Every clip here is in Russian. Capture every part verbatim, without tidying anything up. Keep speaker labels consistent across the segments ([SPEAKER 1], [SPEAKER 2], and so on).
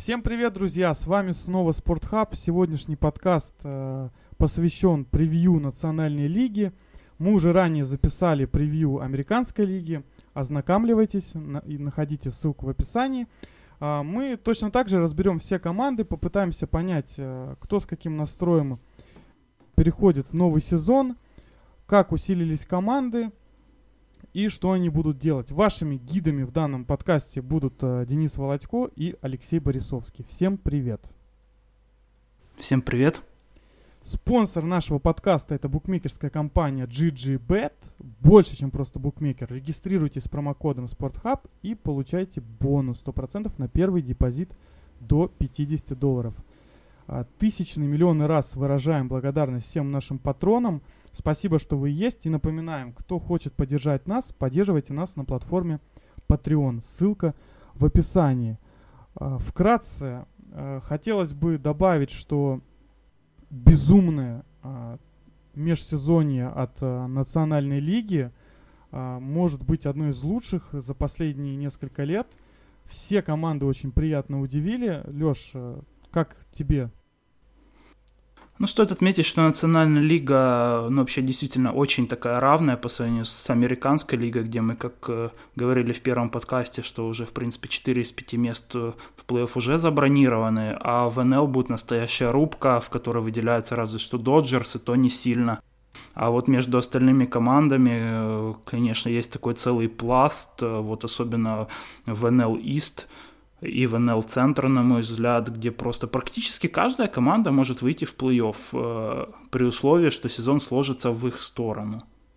[SPEAKER 1] Всем привет, друзья! С вами снова Спортхаб. Сегодняшний подкаст э, посвящен превью Национальной лиги. Мы уже ранее записали превью Американской лиги. Ознакомливайтесь на, и находите ссылку в описании. Э, мы точно так же разберем все команды, попытаемся понять, э, кто с каким настроем переходит в новый сезон, как усилились команды и что они будут делать. Вашими гидами в данном подкасте будут э, Денис Володько и Алексей Борисовский. Всем привет!
[SPEAKER 2] Всем привет!
[SPEAKER 1] Спонсор нашего подкаста — это букмекерская компания джи джи бет. Больше, чем просто букмекер. Регистрируйтесь с промокодом SportHub и получайте бонус сто процентов на первый депозит до пятьдесят долларов. А, тысячный, миллионный раз выражаем благодарность всем нашим патронам. Спасибо, что вы есть. И напоминаем, кто хочет поддержать нас, поддерживайте нас на платформе Patreon. Ссылка в описании. А, вкратце, а, хотелось бы добавить, что безумное а, межсезонье от а, Национальной лиги а, может быть одной из лучших за последние несколько лет. Все команды очень приятно удивили. Лёш, а, как тебе?
[SPEAKER 2] Ну, стоит отметить, что Национальная лига, ну, вообще действительно очень такая равная по сравнению с Американской лигой, где мы, как э, говорили в первом подкасте, что уже, в принципе, четыре из пяти мест в плей-офф уже забронированы, а в эн эл будет настоящая рубка, в которой выделяются разве что Доджерс, и то не сильно. А вот между остальными командами, конечно, есть такой целый пласт, вот особенно в эн эл East и в эн эл Центр, на мой взгляд, где просто практически каждая команда может выйти в плей-офф э, при условии, что сезон сложится в их сторону.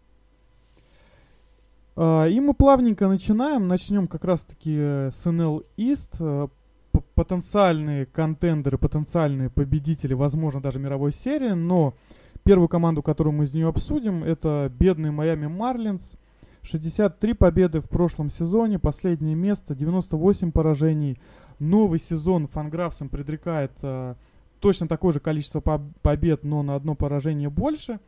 [SPEAKER 1] И мы плавненько начинаем. Начнем как раз-таки с эн эл East. Потенциальные контендеры, потенциальные победители, возможно, даже мировой серии. Но первую команду, которую мы из нее обсудим, это бедный Майами Марлинс. шестьдесят три победы в прошлом сезоне, последнее место, девяносто восемь поражений. Новый сезон Фанграфсом предрекает э, точно такое же количество побед, но на одно поражение больше.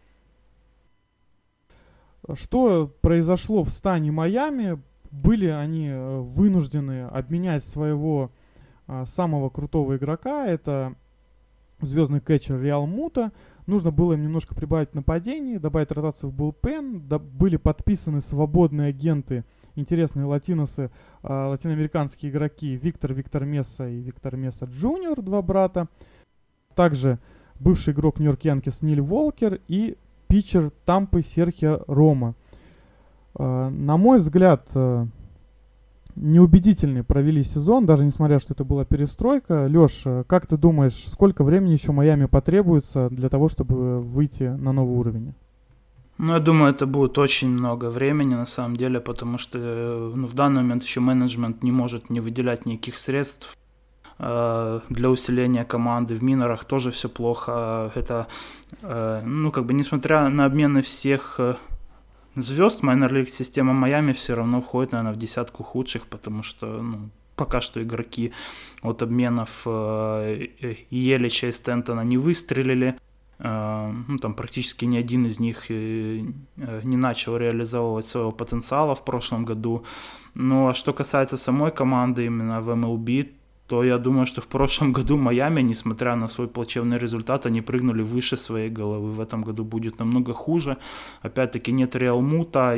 [SPEAKER 1] Что произошло в стане Майами? Были они вынуждены обменять своего э, самого крутого игрока, это звездный кетчер Реал Мута. Нужно было им немножко прибавить нападений, добавить ротацию в булпен. Да, были подписаны свободные агенты, интересные латиносы, э, латиноамериканские игроки Виктор Виктор Месса и Виктор Месса Джуниор, два брата. Также бывший игрок Нью-Йорк Янкис Нил Волкер и питчер Тампы Серхио Рома. Э, на мой взгляд, э, неубедительный провели сезон, даже несмотря, что это была перестройка. Лёш, как ты думаешь, сколько времени еще Майами потребуется для того, чтобы выйти на новый уровень?
[SPEAKER 2] Ну, я думаю, это будет очень много времени, на самом деле, потому что ну, в данный момент еще менеджмент не может не выделять никаких средств э, для усиления команды. В минорах тоже все плохо. Это, э, ну, как бы, несмотря на обмены всех э, звезд, майнор-лиг система Майами все равно входит, наверное, в десятку худших, потому что ну, пока что игроки от обменов э, Елича и Стентона не выстрелили. Э, ну, там практически ни один из них э, не начал реализовывать своего потенциала в прошлом году. Ну, а что касается самой команды именно в эм эл би, то я думаю, что в прошлом году Майами, несмотря на свой плачевный результат, они прыгнули выше своей головы. В этом году будет намного хуже. Опять-таки нет Реал Мута,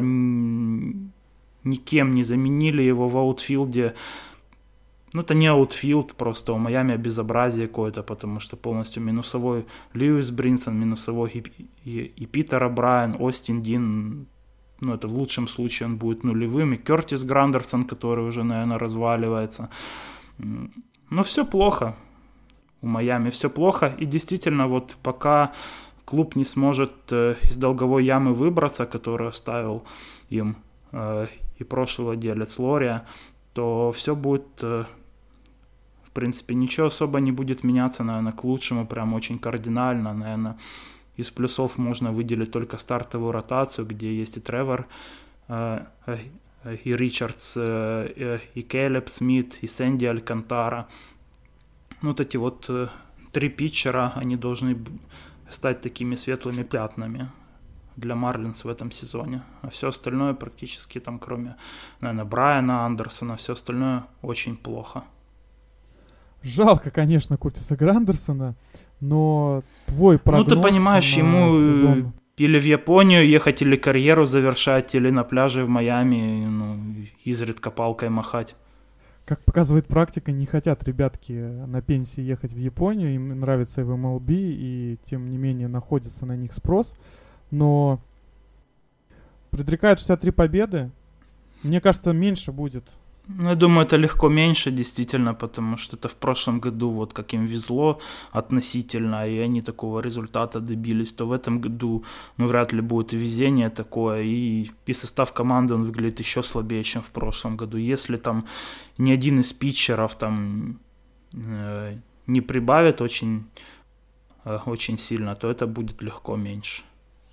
[SPEAKER 2] никем не заменили его в аутфилде. Ну, это не аутфилд, просто у Майами безобразие какое-то, потому что полностью минусовой Льюис Бринсон, минусовой и, и, и Питер О'Брайен, Остин Дин. Ну, это в лучшем случае он будет нулевым. И Кертис Грандерсон, который уже, наверное, разваливается. Но все плохо у Майами, все плохо. И действительно, вот пока клуб не сможет э, из долговой ямы выбраться, которую оставил им э, и прошлый владелец Лория, то все будет, э, в принципе, ничего особо не будет меняться, наверное, к лучшему, прям очень кардинально. Наверное, из плюсов можно выделить только стартовую ротацию, где есть и Тревор, э, э, и Ричардс, и Келеб Смит, и Сэнди Алькантара. Ну, вот эти вот три питчера, они должны стать такими светлыми пятнами для Марлинс в этом сезоне. А все остальное практически там, кроме, наверное, Брайана Андерсона, все остальное очень плохо.
[SPEAKER 1] Жалко, конечно, Куртиса Грандерсона, но твой прогноз
[SPEAKER 2] Ну, ты понимаешь,
[SPEAKER 1] на
[SPEAKER 2] ему
[SPEAKER 1] сезон...
[SPEAKER 2] или в Японию ехать, или карьеру завершать, или на пляже в Майами, ну, изредка палкой махать.
[SPEAKER 1] Как показывает практика, не хотят ребятки на пенсии ехать в Японию, им нравится и в эм эл би, и тем не менее находится на них спрос. Но предрекают шестьдесят три победы. Мне кажется, меньше будет.
[SPEAKER 2] Ну, я думаю, это легко меньше, действительно, потому что это в прошлом году, вот как им везло относительно, и они такого результата добились, то в этом году, ну, вряд ли будет везение такое, и, и состав команды, он выглядит еще слабее, чем в прошлом году. Если там ни один из питчеров там э, не прибавит очень, э, очень сильно, то это будет легко меньше.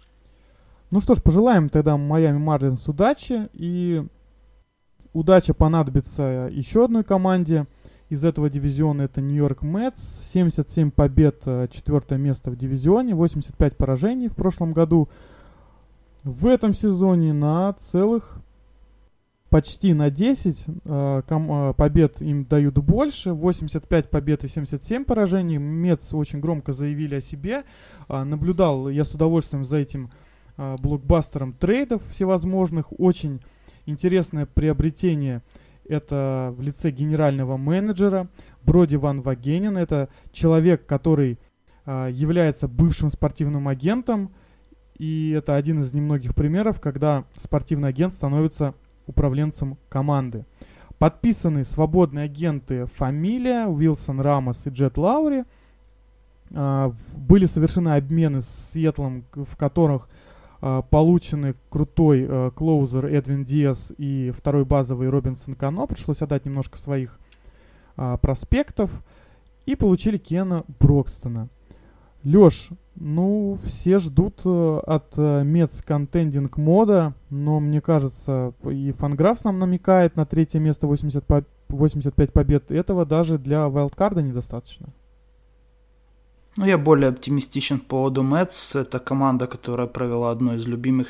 [SPEAKER 1] Ну что ж, пожелаем тогда Майами Марлинс удачи, и удача понадобится еще одной команде из этого дивизиона, это Нью-Йорк Мэтс. семьдесят семь побед, четвертое место в дивизионе, восемьдесят пять поражений в прошлом году. В этом сезоне на целых почти на десять э, ком- э, побед им дают больше, восемьдесят пять побед и семьдесят семь поражений. Мэтс очень громко заявили о себе. Э, наблюдал я с удовольствием за этим э, блокбастером трейдов всевозможных. Очень интересное приобретение это в лице генерального менеджера Броди Ван Вагенен. Это человек, который э, является бывшим спортивным агентом. И это один из немногих примеров, когда спортивный агент становится управленцем команды. Подписаны свободные агенты фамилия, Уилсон Рамос и Джет Лаури. Э, были совершены обмены с Сиэтлом, в которых Uh, получены крутой uh, клоузер Эдвин Диас и второй базовый Робинсон Кано. Пришлось отдать немножко своих uh, проспектов. И получили Кена Брокстона. Лёш, ну, все ждут uh, от Мэтс uh, контендинг мода, но мне кажется, и Фанграфс нам намекает на третье место, восемьдесят, по- восемьдесят пять побед. Этого даже для вайлдкарда недостаточно.
[SPEAKER 2] Ну, я более оптимистичен по поводу Мэтс. Это команда, которая провела одно из любимых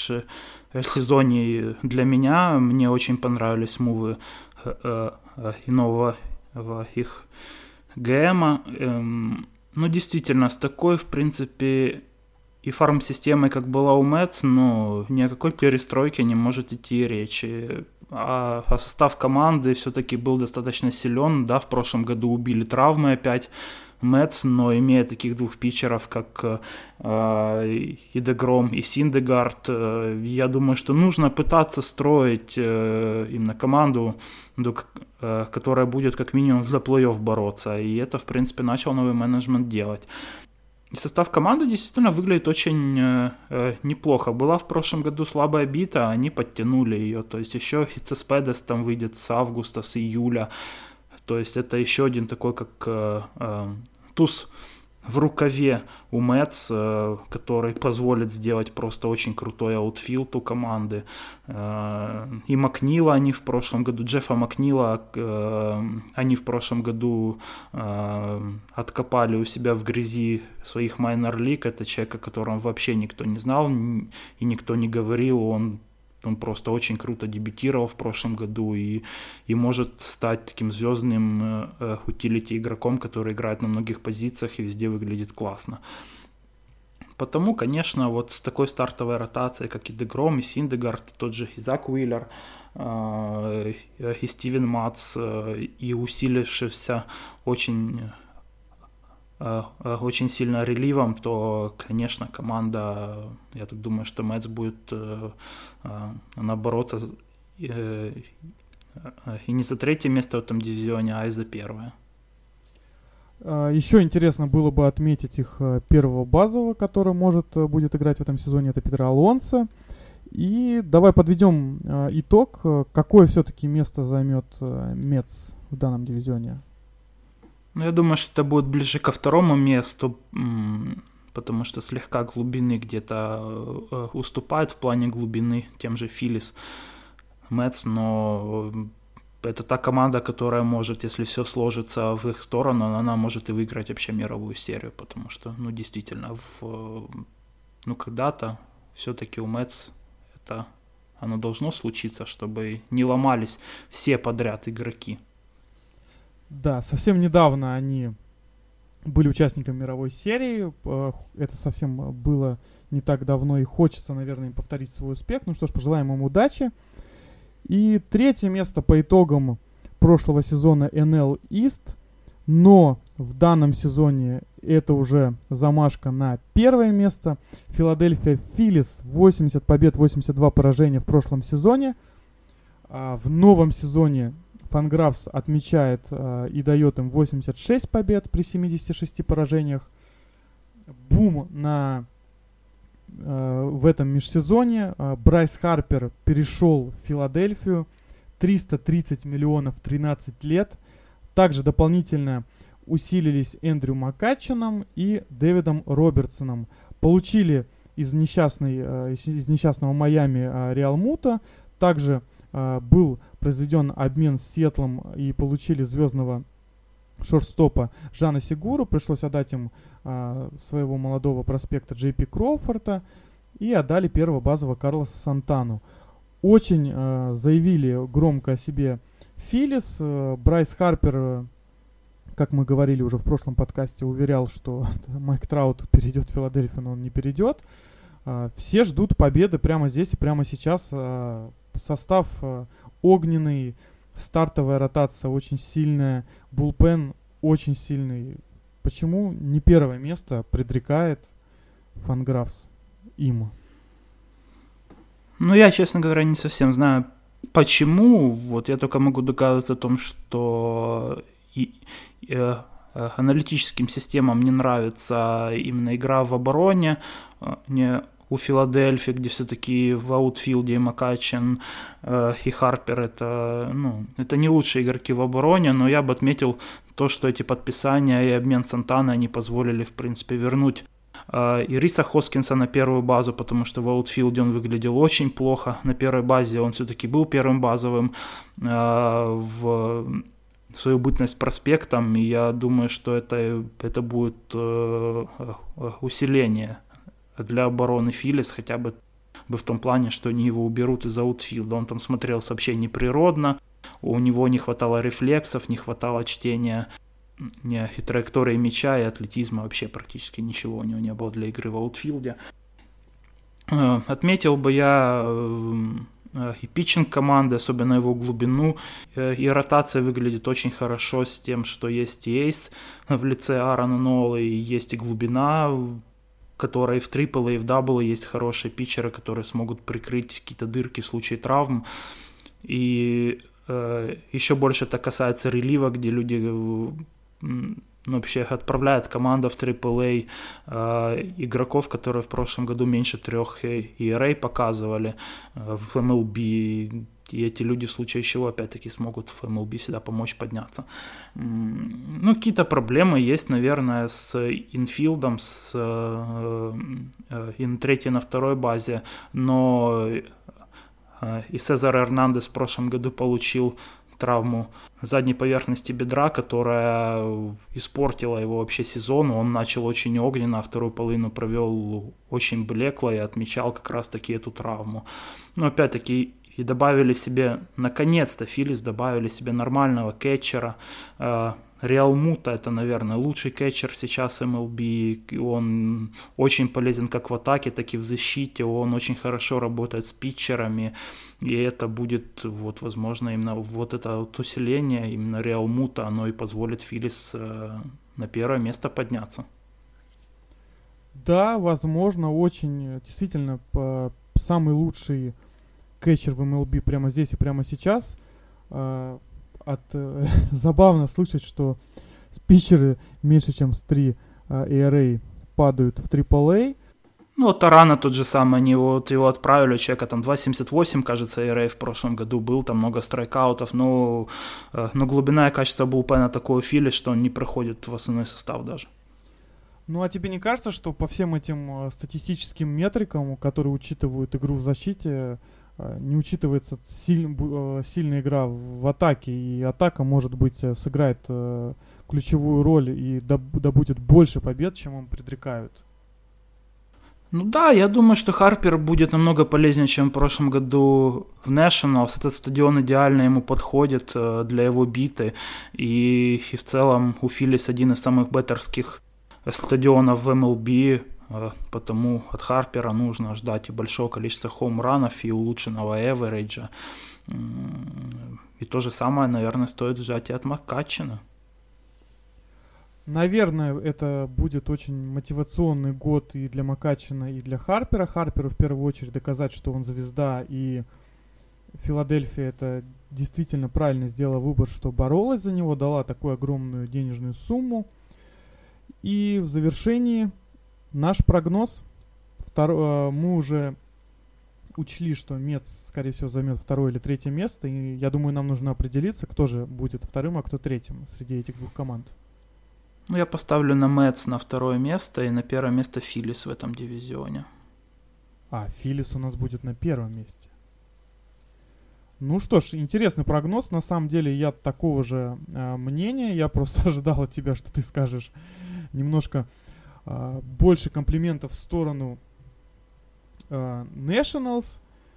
[SPEAKER 2] межсезоний для меня. Мне очень понравились мувы э, э, и нового их ГМа. Эм, ну, действительно, с такой, в принципе, и фарм-системой, как была у Мэтс, но ни о какой перестройке не может идти речи. А, а состав команды все-таки был достаточно силен. Да, в прошлом году убили травмы опять Мэтс, но имея таких двух питчеров, как э, и Дегром, и Синдегард, э, я думаю, что нужно пытаться строить э, именно команду, э, которая будет как минимум за плей-офф бороться. И это, в принципе, начал новый менеджмент делать. И состав команды действительно выглядит очень э, э, неплохо. Была в прошлом году слабая бита, они подтянули ее. То есть еще Цеспедес там выйдет с августа, с июля. То есть это еще один такой, как э, э, туз в рукаве у Мэтс, э, который позволит сделать просто очень крутой аутфилд у команды. Э, и Макнила они в прошлом году, Джеффа Макнила э, они в прошлом году э, откопали у себя в грязи своих майнор-лиг. Это человек, о котором вообще никто не знал и никто не говорил. Он Он просто очень круто дебютировал в прошлом году и, и может стать таким звездным э, утилити игроком, который играет на многих позициях и везде выглядит классно. Потому, конечно, вот с такой стартовой ротацией, как и Дегром, и Синдегард, тот же Зак Уиллер, э, и Стивен Матс, э, и усилившийся очень... очень сильно реливом, то, конечно, команда, я так думаю, что Мэтс будет она бороться и не за третье место в этом дивизионе, а и за первое.
[SPEAKER 1] Еще интересно было бы отметить их первого базового, который может будет играть в этом сезоне, это Педро Алонсо. И давай подведем итог. Какое все-таки место займет Мэтс в данном дивизионе?
[SPEAKER 2] Ну, я думаю, что это будет ближе ко второму месту, потому что слегка глубины где-то уступает в плане глубины тем же Филлис, Мэтс, но это та команда, которая может, если все сложится в их сторону, она может и выиграть вообще мировую серию, потому что, ну, действительно, в, ну, когда-то все-таки у Мэтс это оно должно случиться, чтобы не ломались все подряд игроки.
[SPEAKER 1] Да, совсем недавно они были участниками мировой серии. Это совсем было не так давно, и хочется, наверное, им повторить свой успех. Ну что ж, пожелаем им удачи. И третье место по итогам прошлого сезона эн эл East. Но в данном сезоне это уже замашка на первое место. Филадельфия Филлис, восемьдесят побед, восемьдесят два поражения в прошлом сезоне. А в новом сезоне Fangraphs отмечает а, и дает им восемьдесят шесть побед при семидесяти шести поражениях. Бум на, а, в этом межсезоне. А, Брайс Харпер перешел в Филадельфию. триста тридцать миллионов, тринадцать лет. Также дополнительно усилились Эндрю Маккаченом и Дэвидом Робертсоном. Получили из, несчастной, э, из несчастного Майами э, Реал Мута. Также э, был произведен обмен с Сиэтлом и получили звездного шорстопа Жана Сигуру. Пришлось отдать им э, своего молодого проспекта Джей Пи Кроуфорда и отдали первого базового Карлоса Сантану. Очень э, заявили громко о себе Филлис. Э, Брайс Харпер, э, как мы говорили уже в прошлом подкасте, уверял, что Майк Траут перейдет в Филадельфию, но он не перейдет. Э, все ждут победы прямо здесь и прямо сейчас. Э, состав э, огненный, стартовая ротация очень сильная, булпен очень сильный. Почему не первое место предрекает Fangraphs им?
[SPEAKER 2] Ну, я, честно говоря, не совсем знаю, почему. Вот я только могу догадываться о том, что и, и, э, аналитическим системам не нравится именно игра в обороне, э, не у Филадельфии, где все-таки в аутфилде и Маккачен, э, и Харпер это, ну, это не лучшие игроки в обороне, но я бы отметил то, что эти подписания и обмен Сантана они позволили, в принципе, вернуть и Риса Хоскинса на первую базу, потому что в аутфилде он выглядел очень плохо. На первой базе он все-таки был первым базовым э, в свою бытность проспектом, и я думаю, что это, это будет э, усиление для обороны Филлис, хотя бы, бы в том плане, что они его уберут из аутфилда. Он там смотрелся вообще неприродно, у него не хватало рефлексов, не хватало чтения Не, и траектории мяча, и атлетизма вообще практически ничего у него не было для игры в аутфилде. Отметил бы я и питчинг команды, особенно его глубину, и ротация выглядит очень хорошо с тем, что есть и эйс в лице Аарона Нола, и есть и глубина, которая и в трипл, и в дабл есть хорошие питчеры, которые смогут прикрыть какие-то дырки в случае травм. И э, еще больше это касается релива, где люди ну, вообще отправляет команда в трипл эй э, игроков, которые в прошлом году меньше трех и ар эй показывали э, в эм эл би, и эти люди в случае чего опять-таки смогут в эм эл би всегда помочь подняться. Ну, какие-то проблемы есть, наверное, с инфилдом, с э, э, и на третьей, и на второй базе, но э, и Сезар Эрнандес в прошлом году получил травму задней поверхности бедра, которая испортила его вообще сезон. Он начал очень огненно, а вторую половину провел очень блекло и отмечал как раз-таки эту травму. Но опять-таки и добавили себе, наконец-то Филлис добавили себе нормального кетчера. Реал Мута это, наверное, лучший кетчер сейчас в эм эл би. Он очень полезен как в атаке, так и в защите. Он очень хорошо работает с питчерами. И это будет, вот, возможно, именно вот это вот усиление, именно Реал Мута, оно и позволит Филлис э, на первое место подняться.
[SPEAKER 1] Да, возможно, очень, действительно, по, самый лучший кетчер в эм эл би прямо здесь и прямо сейчас. Э, от, э, забавно слышать, что питчеры меньше, чем с три э, и ар эй падают в трипл эй.
[SPEAKER 2] Ну, вот Тарана тот же самый, они вот его отправили, человека там два семьдесят восемь, кажется, и ар эй в прошлом году был, там много страйкаутов, но, но глубина и качество булпена такое у Филлис, что он не проходит в основной состав даже.
[SPEAKER 1] Ну, а тебе не кажется, что по всем этим статистическим метрикам, которые учитывают игру в защите, не учитывается силь, сильная игра в атаке, и атака, может быть, сыграет ключевую роль и да, да будет больше побед, чем им предрекают?
[SPEAKER 2] Ну да, я думаю, что Харпер будет намного полезнее, чем в прошлом году в Nationals. Этот стадион идеально ему подходит для его биты. И, и в целом у Филлис один из самых беттерских стадионов в эм эл би. Потому от Харпера нужно ждать и большого количества хоумранов, и улучшенного эвериджа. И то же самое, наверное, стоит ждать и от Маккатчина.
[SPEAKER 1] Наверное, это будет очень мотивационный год и для Маккатчина, и для Харпера. Харперу в первую очередь доказать, что он звезда, и Филадельфия это действительно правильно сделала выбор, что боролась за него, дала такую огромную денежную сумму. И в завершении наш прогноз. Втор... Мы уже учли, что Мец, скорее всего, займет второе или третье место. И я думаю, нам нужно определиться, кто же будет вторым, а кто третьим среди этих двух команд.
[SPEAKER 2] Ну, я поставлю на Мэтс на второе место и на первое место Филлис в этом дивизионе.
[SPEAKER 1] А, Филлис у нас будет на первом месте. Ну что ж, интересный прогноз. На самом деле я такого же э, мнения. Я просто ожидал от тебя, что ты скажешь немножко э, больше комплиментов в сторону э, Nationals.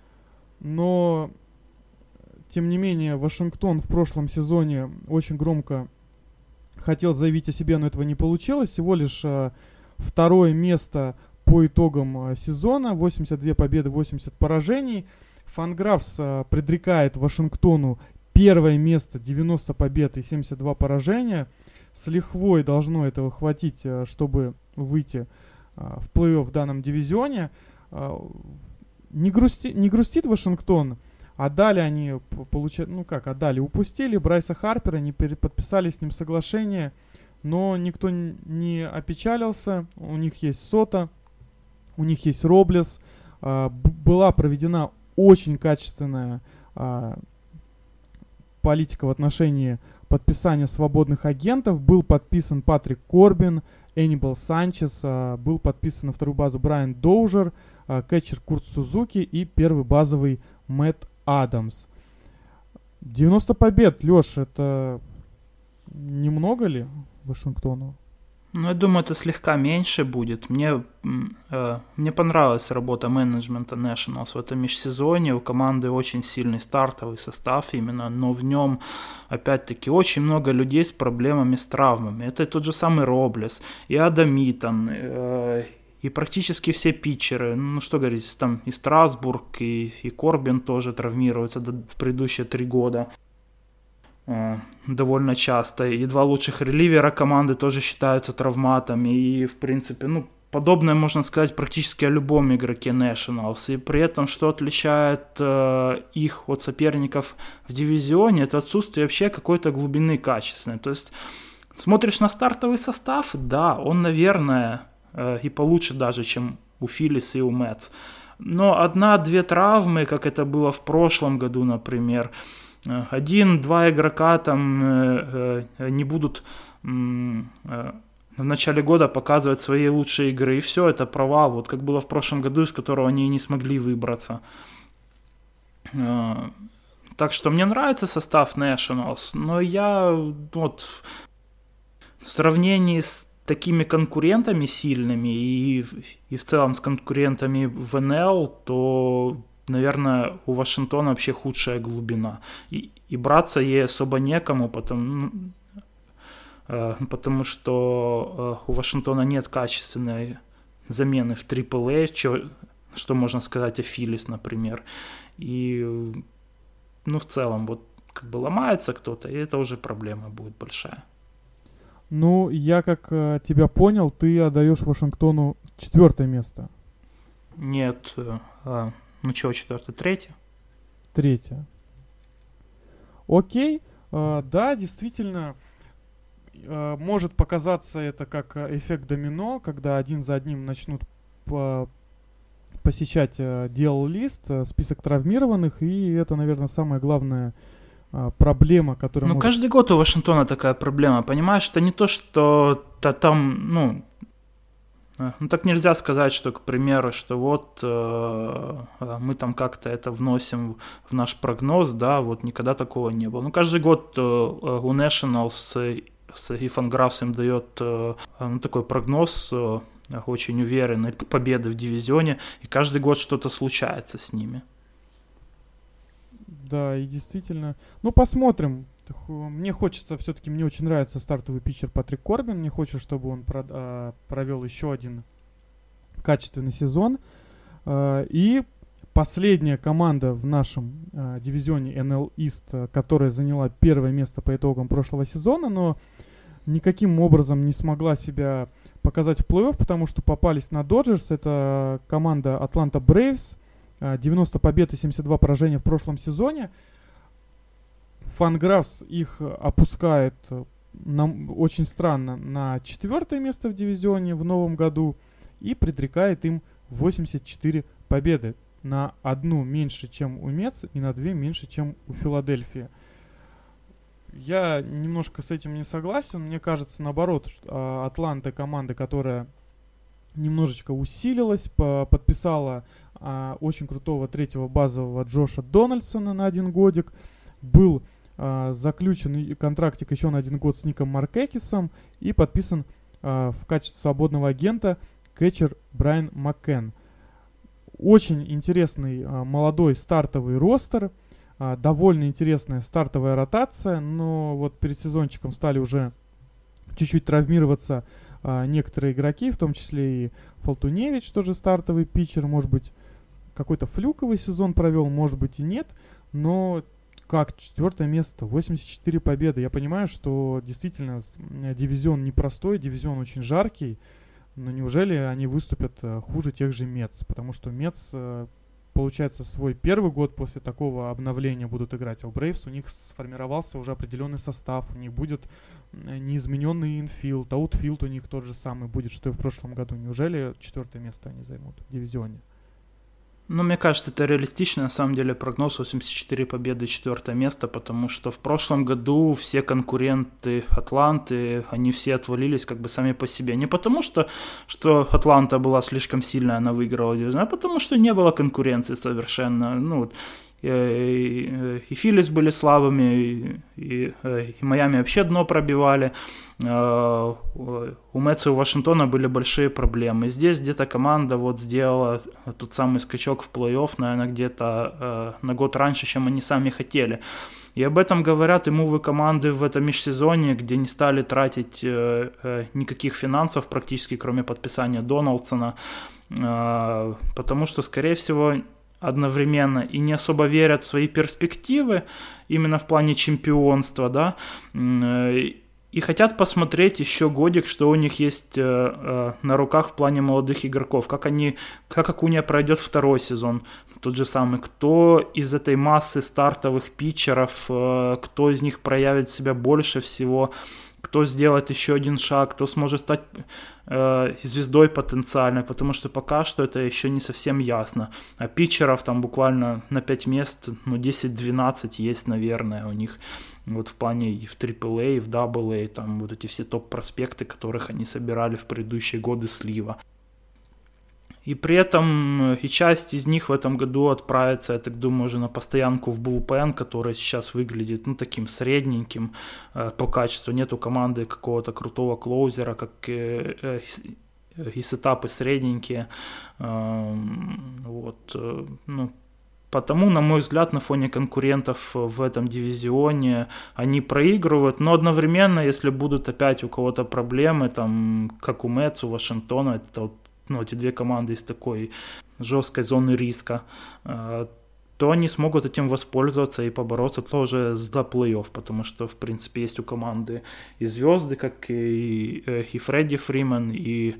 [SPEAKER 1] Но, тем не менее, Вашингтон в прошлом сезоне очень громко хотел заявить о себе, но этого не получилось. Всего лишь э, второе место по итогам э, сезона. восемьдесят две победы, восемьдесят поражений. Фанграфс э, предрекает Вашингтону первое место, девяносто побед и семьдесят два поражения. С лихвой должно этого хватить, э, чтобы выйти э, в плей-офф в данном дивизионе. Э, не, грусти, не грустит Вашингтон. Отдали они, получают, ну как, отдали, упустили Брайса Харпера, не подписали с ним соглашение, но никто не опечалился, у них есть Сота, у них есть Роблес, а, б- была проведена очень качественная а, политика в отношении подписания свободных агентов, был подписан Патрик Корбин, Энибал Санчес, а, был подписан на вторую базу Брайан Доужер, а, кэтчер Курт Сузуки и первый базовый Мэтт Адамс. девяносто побед, Леш, это немного ли Вашингтону?
[SPEAKER 2] Ну, я думаю, это слегка меньше будет. Мне, э, мне понравилась работа менеджмента Nationals в этом межсезонье. У команды очень сильный стартовый состав именно, но в нем, опять-таки, очень много людей с проблемами с травмами. Это тот же самый Роблес, и Адам Митон, э, и практически все питчеры. Ну, что говорить, там и Страсбург, и, и Корбин тоже травмируются в предыдущие три года. Довольно часто. И два лучших реливера команды тоже считаются травматами. И, в принципе, ну, подобное можно сказать практически о любом игроке Nationals. И при этом, что отличает э, их от соперников в дивизионе, это отсутствие вообще какой-то глубины качественной. То есть, смотришь на стартовый состав, да, он, наверное, э, и получше даже, чем у Филлис и у Мэтс. Но одна-две травмы, как это было в прошлом году, например, один-два игрока там э, э, не будут э, в начале года показывать свои лучшие игры, и все, это провал, вот как было в прошлом году, из которого они не смогли выбраться. Э, так что мне нравится состав Nationals, но я вот в сравнении с такими конкурентами сильными и, и в целом с конкурентами в эн эл, то, наверное, у Вашингтона вообще худшая глубина. И, и браться ей особо некому, потому, э, потому что э, у Вашингтона нет качественной замены в трипл эй, что, что можно сказать о Филлис, например. И, ну, в целом, вот как бы ломается кто-то, и это уже проблема будет большая.
[SPEAKER 1] Ну, я как э, тебя понял, ты отдаешь Вашингтону четвертое место.
[SPEAKER 2] Нет, э, э, ну чего, четвертое, третье?
[SPEAKER 1] Третье. Окей, э, да, действительно, э, может показаться это как эффект домино, когда один за одним начнут по- посещать э, дел-лист, э, список травмированных, и это, наверное, самая главная э, проблема, которая
[SPEAKER 2] Ну,
[SPEAKER 1] может...
[SPEAKER 2] каждый год у Вашингтона такая проблема, понимаешь? Это не то, что -то там, ну... Ну, так нельзя сказать, что, к примеру, что вот э, мы там как-то это вносим в наш прогноз, да, вот никогда такого не было. Ну, каждый год э, у Nationals и Fangraphs им дает э, ну, такой прогноз, э, очень уверенные победы в дивизионе, и каждый год что-то случается с ними.
[SPEAKER 1] Да, и действительно. Ну, посмотрим. Мне хочется, все-таки мне очень нравится стартовый питчер Патрик Корбин. Мне хочется, чтобы он про, а, провел еще один качественный сезон. А, и последняя команда в нашем а, дивизионе эн эл East, которая заняла первое место по итогам прошлого сезона, но никаким образом не смогла себя показать в плей-офф, потому что попались на Доджерс. Это команда Атланта Брейвс. девяносто побед и семьдесят два поражения в прошлом сезоне. Фанграфс их опускает на, очень странно на четвертое место в дивизионе в новом году и предрекает им восемьдесят четыре победы. На одну меньше, чем у Мец, и на две меньше, чем у Филадельфии. Я немножко с этим не согласен. Мне кажется, наоборот, что Атланта команда, которая немножечко усилилась, по- подписала а, очень крутого третьего базового Джоша Дональдсона на один годик. Был а, заключен контрактик еще на один год с Ником Маркекисом и подписан а, в качестве свободного агента кетчер Брайан Маккен. Очень интересный а, молодой стартовый ростер, а, довольно интересная стартовая ротация, но вот перед сезончиком стали уже чуть-чуть травмироваться а, некоторые игроки, в том числе и Фалтуневич, тоже стартовый питчер, может быть, какой-то флюковый сезон провел, может быть и нет, но как четвертое место, восемьдесят четыре победы. Я понимаю, что действительно дивизион непростой, дивизион очень жаркий, но неужели они выступят а, хуже тех же Мец? Потому что Мец, а, получается, свой первый год после такого обновления будут играть, а у Брейвс у них сформировался уже определенный состав, у них будет неизмененный инфилд, аутфилд у них тот же самый будет, что и в прошлом году. Неужели четвертое место они займут в дивизионе?
[SPEAKER 2] Ну, мне кажется, это реалистично, на самом деле, прогноз восемьдесят четыре победы и четвертое место, потому что в прошлом году все конкуренты Атланты, они все отвалились как бы сами по себе. Не потому что, что Атланта была слишком сильная, она выиграла дивизион, а потому что не было конкуренции совершенно. Ну, вот, и, и, и Филлис были слабыми, и, и, и Майами вообще дно пробивали. У Мэтса и у Вашингтона были большие проблемы. Здесь где-то команда вот сделала тот самый скачок в плей-офф, наверное, где-то на год раньше, чем они сами хотели. И об этом говорят и мувы команды в этом межсезонье, где не стали тратить никаких финансов практически, кроме подписания Дональдсона, потому что, скорее всего, одновременно и не особо верят в свои перспективы именно в плане чемпионства, да, и хотят посмотреть еще годик, что у них есть э, э, на руках в плане молодых игроков, как они, как Акуния пройдет второй сезон, тот же самый, кто из этой массы стартовых питчеров, э, кто из них проявит себя больше всего, кто сделает еще один шаг, кто сможет стать э, звездой потенциальной, потому что пока что это еще не совсем ясно. А питчеров там буквально на пять мест, ну десять-двенадцать есть, наверное, у них. Вот в плане и в трипл эй, и в дабл эй, там вот эти все топ-проспекты, которых они собирали в предыдущие годы слива. И при этом и часть из них в этом году отправится, я так думаю, уже на постоянку в булпен, который сейчас выглядит, ну, таким средненьким э, по качеству. Нету команды какого-то крутого клоузера, как э, э, и сетапы средненькие. Э, вот, э, ну, Потому, на мой взгляд, на фоне конкурентов в этом дивизионе они проигрывают, но одновременно, если будут опять у кого-то проблемы, там, как у Мэтс, у Вашингтона, это вот, ну, эти две команды из такой жесткой зоны риска, то они смогут этим воспользоваться и побороться тоже за плей-офф, потому что, в принципе, есть у команды и звезды, как и, и Фредди Фриман, и,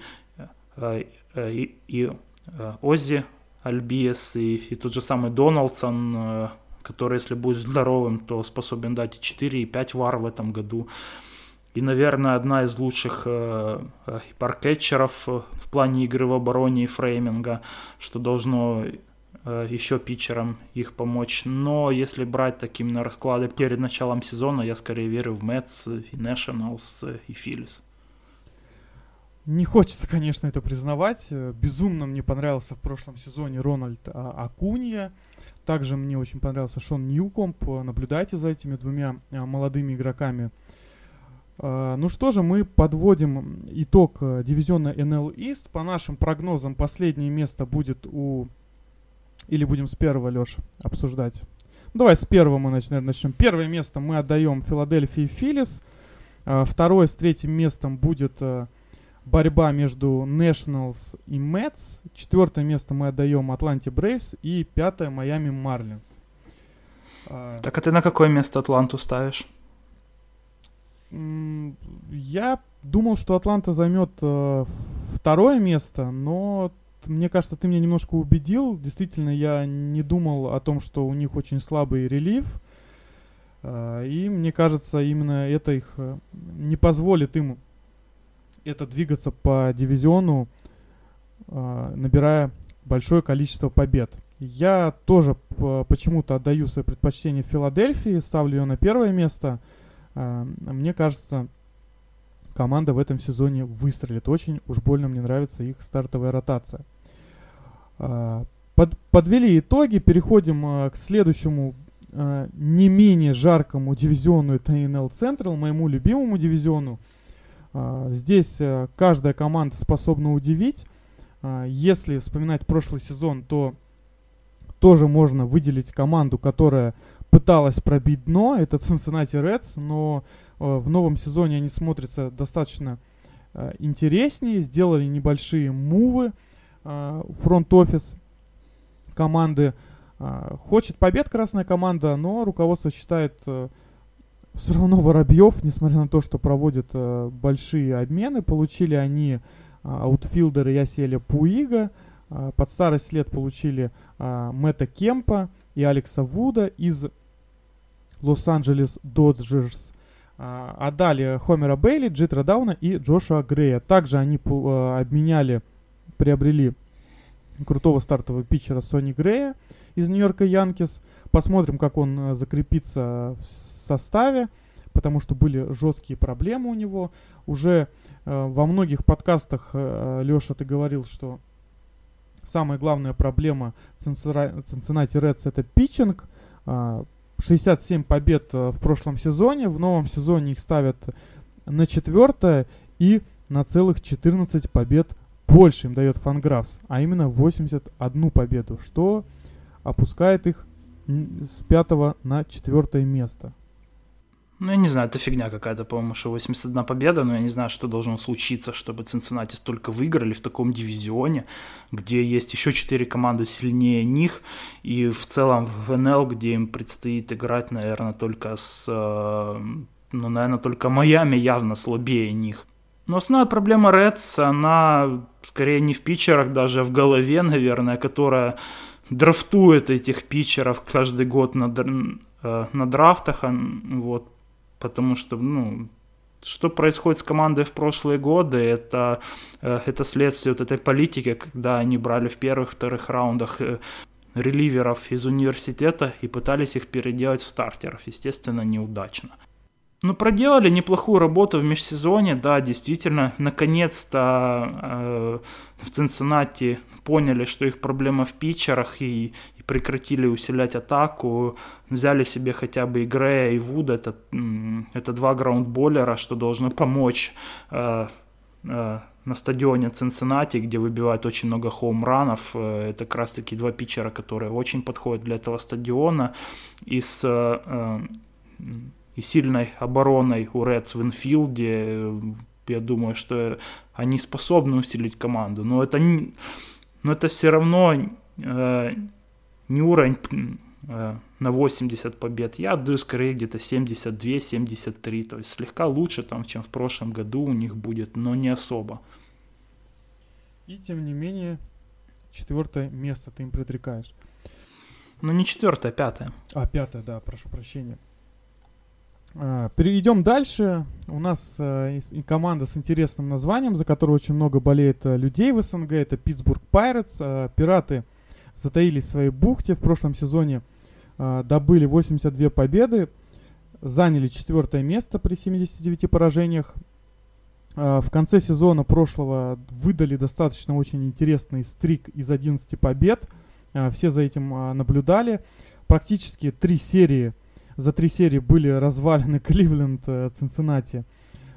[SPEAKER 2] и, и Оззи Альбиес, и, и тот же самый Дональдсон, который, если будет здоровым, то способен дать и четыре, и пять вар в этом году. И, наверное, одна из лучших э, паркетчеров в плане игры в обороне и фрейминга, что должно э, еще питчерам их помочь. Но если брать таким на расклады перед началом сезона, я скорее верю в Мэтс, и Нэшнлс, и Филлис.
[SPEAKER 1] Не хочется, конечно, это признавать. Безумно мне понравился в прошлом сезоне Рональд а, Акунья. Также мне очень понравился Шон Ньюкомб. Наблюдайте за этими двумя а, молодыми игроками. Uh, ну что же, мы подводим итог uh, дивизиона эн эл East. По нашим прогнозам, последнее место будет у... Или будем с первого, Леш, обсуждать? Ну, давай с первого мы нач... начнем. Первое место мы отдаем Филадельфии Филлис. Uh, второе с третьим местом будет uh, борьба между Nationals и Mets. Четвертое место мы отдаем Атланте Брейвс. И пятое Майами Марлинс.
[SPEAKER 2] Uh... Так а ты на какое место Атланту ставишь?
[SPEAKER 1] Я думал, что Атланта займет э, второе место, но мне кажется, ты меня немножко убедил. Действительно, я не думал о том, что у них очень слабый релив. Э, и мне кажется, именно это их э, не позволит им это двигаться по дивизиону, э, набирая большое количество побед. Я тоже п- почему-то отдаю свое предпочтение Филадельфии, ставлю ее на первое место. Мне кажется, команда в этом сезоне выстрелит. Очень уж больно мне нравится их стартовая ротация. Под, подвели итоги. Переходим к следующему не менее жаркому дивизиону. Это эн эл Central, моему любимому дивизиону. Здесь каждая команда способна удивить. Если вспоминать прошлый сезон, то тоже можно выделить команду, которая пыталась пробить дно, это Cincinnati Reds, но э, в новом сезоне они смотрятся достаточно э, интереснее, сделали небольшие мувы, э, фронт-офис команды. Э, хочет побед красная команда, но руководство считает э, все равно Воробьев, несмотря на то, что проводят э, большие обмены. Получили они э, аутфилдера Ясиэля Пуига, э, под старый след получили э, Мэтта Кемпа и Алекса Вуда из Лос-Анджелес Доджерс. А, отдали Хомера Бейли, Джитра Дауна и Джошуа Грея. Также они а, обменяли, приобрели крутого стартового питчера Сони Грея из Нью-Йорка Янкис. Посмотрим, как он а, закрепится в составе, потому что были жесткие проблемы у него. Уже а, во многих подкастах, а, Леша, ты говорил, что самая главная проблема Cincinnati Reds это питчинг. А, шестьдесят семь побед uh, в прошлом сезоне. В новом сезоне их ставят на четвертое и на целых четырнадцать побед больше им дает Fangraphs, а именно восемьдесят одну победу, что опускает их с пятого на четвертое место.
[SPEAKER 2] Ну, я не знаю, это фигня какая-то, по-моему, что восемьдесят одна победа, но я не знаю, что должно случиться, чтобы Цинциннати столько выиграли в таком дивизионе, где есть еще четыре команды сильнее них, и в целом в эн эл, где им предстоит играть, наверное, только с... Ну, наверное, только Майами явно слабее них. Но основная проблема Редс, она скорее не в питчерах, даже в голове, наверное, которая драфтует этих питчеров каждый год на, на драфтах, вот. Потому что, ну, что происходит с командой в прошлые годы, это, это следствие вот этой политики, когда они брали в первых-вторых раундах реливеров из университета и пытались их переделать в стартеров, естественно, неудачно. Ну, проделали неплохую работу в межсезонье, да, действительно, наконец-то э, в Цинциннати поняли, что их проблема в питчерах, и, и прекратили усилять атаку, взяли себе хотя бы и Грея, и Вуда, это, это два граундболлера, что должно помочь э, э, на стадионе Цинциннати, где выбивают очень много хоумранов, э, это как раз таки два питчера, которые очень подходят для этого стадиона, и с... Э, и сильной обороной у Редс в инфилде, я думаю, что они способны усилить команду. Но это, не, но это все равно э, не уровень э, на восемьдесят побед. Я отдаю скорее где-то семьдесят два - семьдесят три. То есть слегка лучше, там, чем в прошлом году у них будет, но не особо.
[SPEAKER 1] И тем не менее, четвертое место ты им предрекаешь.
[SPEAKER 2] Ну не четвертое, а пятое.
[SPEAKER 1] А, пятое, да, прошу прощения. Uh, перейдем дальше. У нас uh, и команда с интересным названием, за которую очень много болеет uh, людей в СНГ. Это Питтсбург Пайретс. Uh, пираты затаились в своей бухте. В прошлом сезоне uh, добыли восемьдесят две победы. Заняли четвертое место при семидесяти девяти поражениях. Uh, в конце сезона прошлого выдали достаточно очень интересный стрик из одиннадцати побед. Uh, все за этим uh, наблюдали. Практически три серии За три серии были развалены Кливленд, Цинциннати.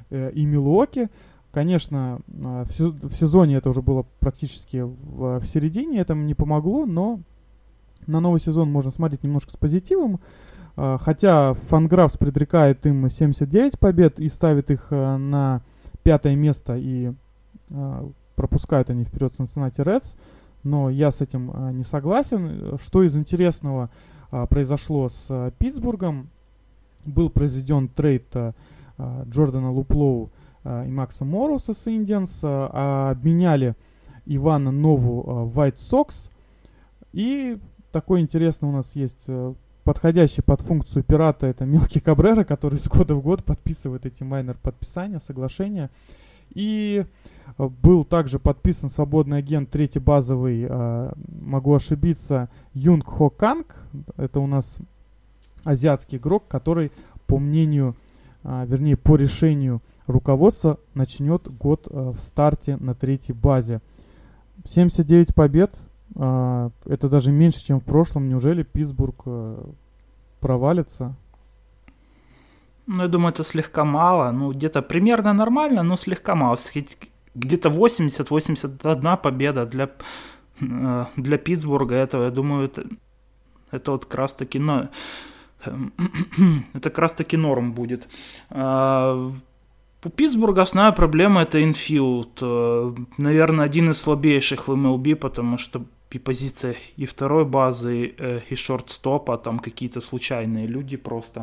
[SPEAKER 1] э, и Милуоки. Конечно, э, в, сез- в сезоне это уже было практически в, в середине, это не помогло, но на новый сезон можно смотреть немножко с позитивом. Э, хотя Фанграфс предрекает им семьдесят девять побед и ставит их э, на пятое место, и э, пропускают они вперед Cincinnati Reds, но я с этим э, не согласен. Что из интересного э, произошло с э, Питтсбургом? Был произведен трейд э, Джордана Луплоу э, и Макса Морруса с Индианс, э, обменяли Ивана Нову э, в White Sox, и такой интересный у нас есть э, подходящий под функцию пирата, это Мелки Кабрера, который с года в год подписывает эти майнер подписания, соглашения. И э, был также подписан свободный агент, третий базовый, э, могу ошибиться, Юнг Хо Канг. Это у нас азиатский игрок, который, по мнению, э, вернее, по решению руководства, начнет год э, в старте на третьей базе. семьдесят девять побед. Uh, это даже меньше, чем в прошлом. Неужели Питтсбург uh, провалится?
[SPEAKER 2] Ну, я думаю, это слегка мало. Ну, где-то примерно нормально, но слегка мало. Где-то восемьдесят-восемьдесят одна победа для, uh, для Питтсбурга. Этого, я думаю, это, это вот как раз таки, но, это как раз таки норм будет. Uh, У Питтсбурга основная проблема — это инфилд. Наверное, один из слабейших в эм эл би, потому что и позиция и второй базы, и шортстопа, там какие-то случайные люди просто.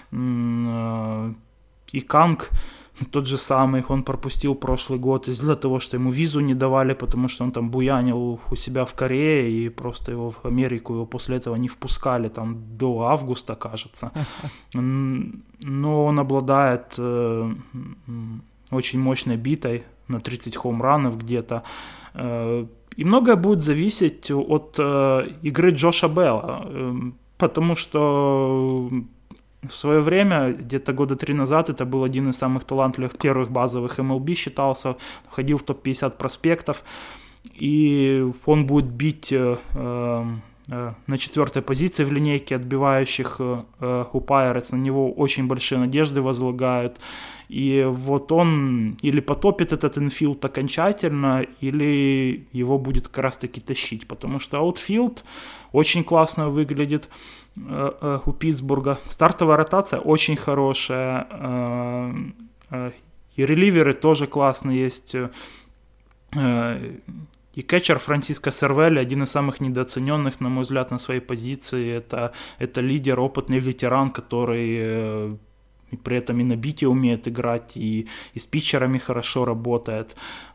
[SPEAKER 2] И Канг тот же самый, он пропустил прошлый год из-за того, что ему визу не давали, потому что он там буянил у себя в Корее, и просто его в Америку его после этого не впускали, там до августа, кажется. Но он обладает э, очень мощной битой на тридцать хоумранов где-то. Э, и многое будет зависеть от э, игры Джоша Белла, э, потому что в свое время, где-то года три назад, это был один из самых талантливых первых базовых эм эл би, считался, входил в топ пятьдесят проспектов, и он будет бить э, э, на четвертой позиции в линейке отбивающих э, у Pirates, на него очень большие надежды возлагают, и вот он или потопит этот инфилд окончательно, или его будет как раз таки тащить, потому что аутфилд очень классно выглядит у Питтсбурга. Стартовая ротация очень хорошая. И реливеры тоже классные есть. И кетчер Франциско Сервелли, один из самых недооцененных, на мой взгляд, на своей позиции. Это, это лидер, опытный ветеран, который и при этом и на бите умеет играть, и, и с питчерами хорошо работает.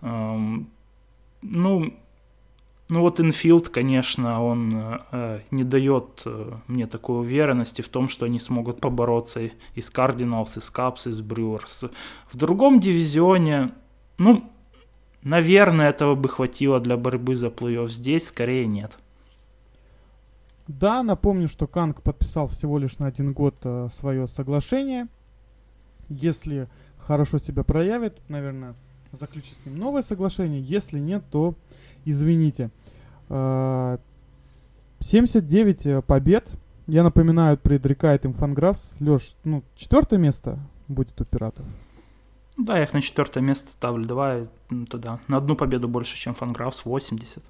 [SPEAKER 2] Ну, Ну вот инфилд, конечно, он э, не дает э, мне такой уверенности в том, что они смогут побороться и, и с Cardinals, и с Cubs, и с Brewers. В другом дивизионе, ну, наверное, этого бы хватило для борьбы за плей-офф. Здесь скорее нет.
[SPEAKER 1] Да, напомню, что Канг подписал всего лишь на один год э, свое соглашение. Если хорошо себя проявит, наверное, заключить с ним новое соглашение. Если нет, то извините. семьдесят девять побед. Я напоминаю, предрекает им Фанграфс. Леш, ну, четвертое место будет у Пиратов.
[SPEAKER 2] Да, я их на четвертое место ставлю. Давай ну, тогда на одну победу больше, чем Фанграфс, восемьдесят.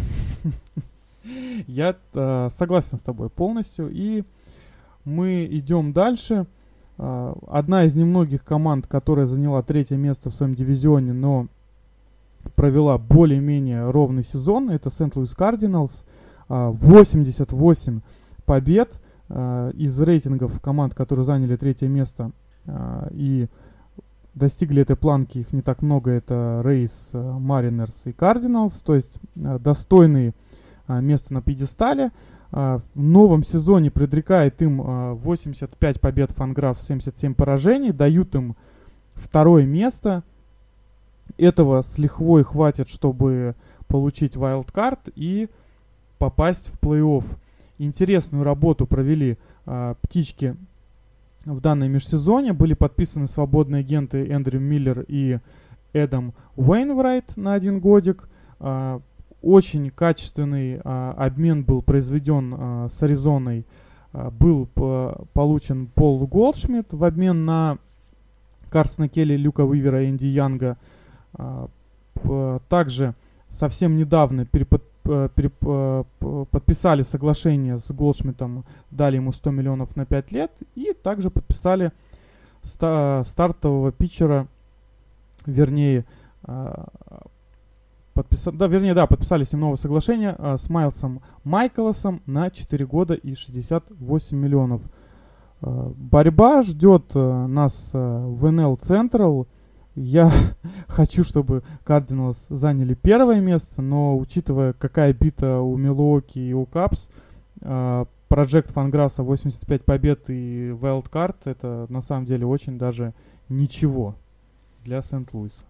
[SPEAKER 1] Я э, согласен с тобой полностью. И мы идем дальше. Э, одна из немногих команд, которая заняла третье место в своем дивизионе, но провела более-менее ровный сезон, это Сент-Луис Кардиналс. восемьдесят восемь побед э, из рейтингов команд, которые заняли третье место э, и достигли этой планки, их не так много, это Рейс, Маринерс и Кардиналс, то есть э, достойные э, места на пьедестале. Э, в новом сезоне предрекает им э, восемьдесят пять побед Фанграфс, семьдесят семь поражений, дают им второе место. Этого с лихвой хватит, чтобы получить вайлдкарт и попасть в плей-офф. Интересную работу провели э, птички в данной межсезоне. Были подписаны свободные агенты Эндрю Миллер и Эдам Уэйнврайт на один годик. Э, очень качественный э, обмен был произведен э, с Аризоной. Э, был по- получен Пол Голдшмидт в обмен на Карсона Келли, Люка Уивера и Энди Янга. А, п- также совсем недавно перепод, переп, подписали соглашение с Голдшмидтом, дали ему сто миллионов на пять лет, и также подписали ста- стартового питчера, вернее, а, подписа, да, вернее, да, подписали с ним новое соглашение а, с Майлсом Майкелосом на четыре года и шестьдесят восемь миллионов. А, борьба ждет а, нас а, в эн эл Central. Я хочу, чтобы Кардиналс заняли первое место, но учитывая, какая бита у Милуоки и у Капс, а, Project Fangraphs восемьдесят пять побед и Wildcard, это на самом деле очень даже ничего для Сент-Луиса.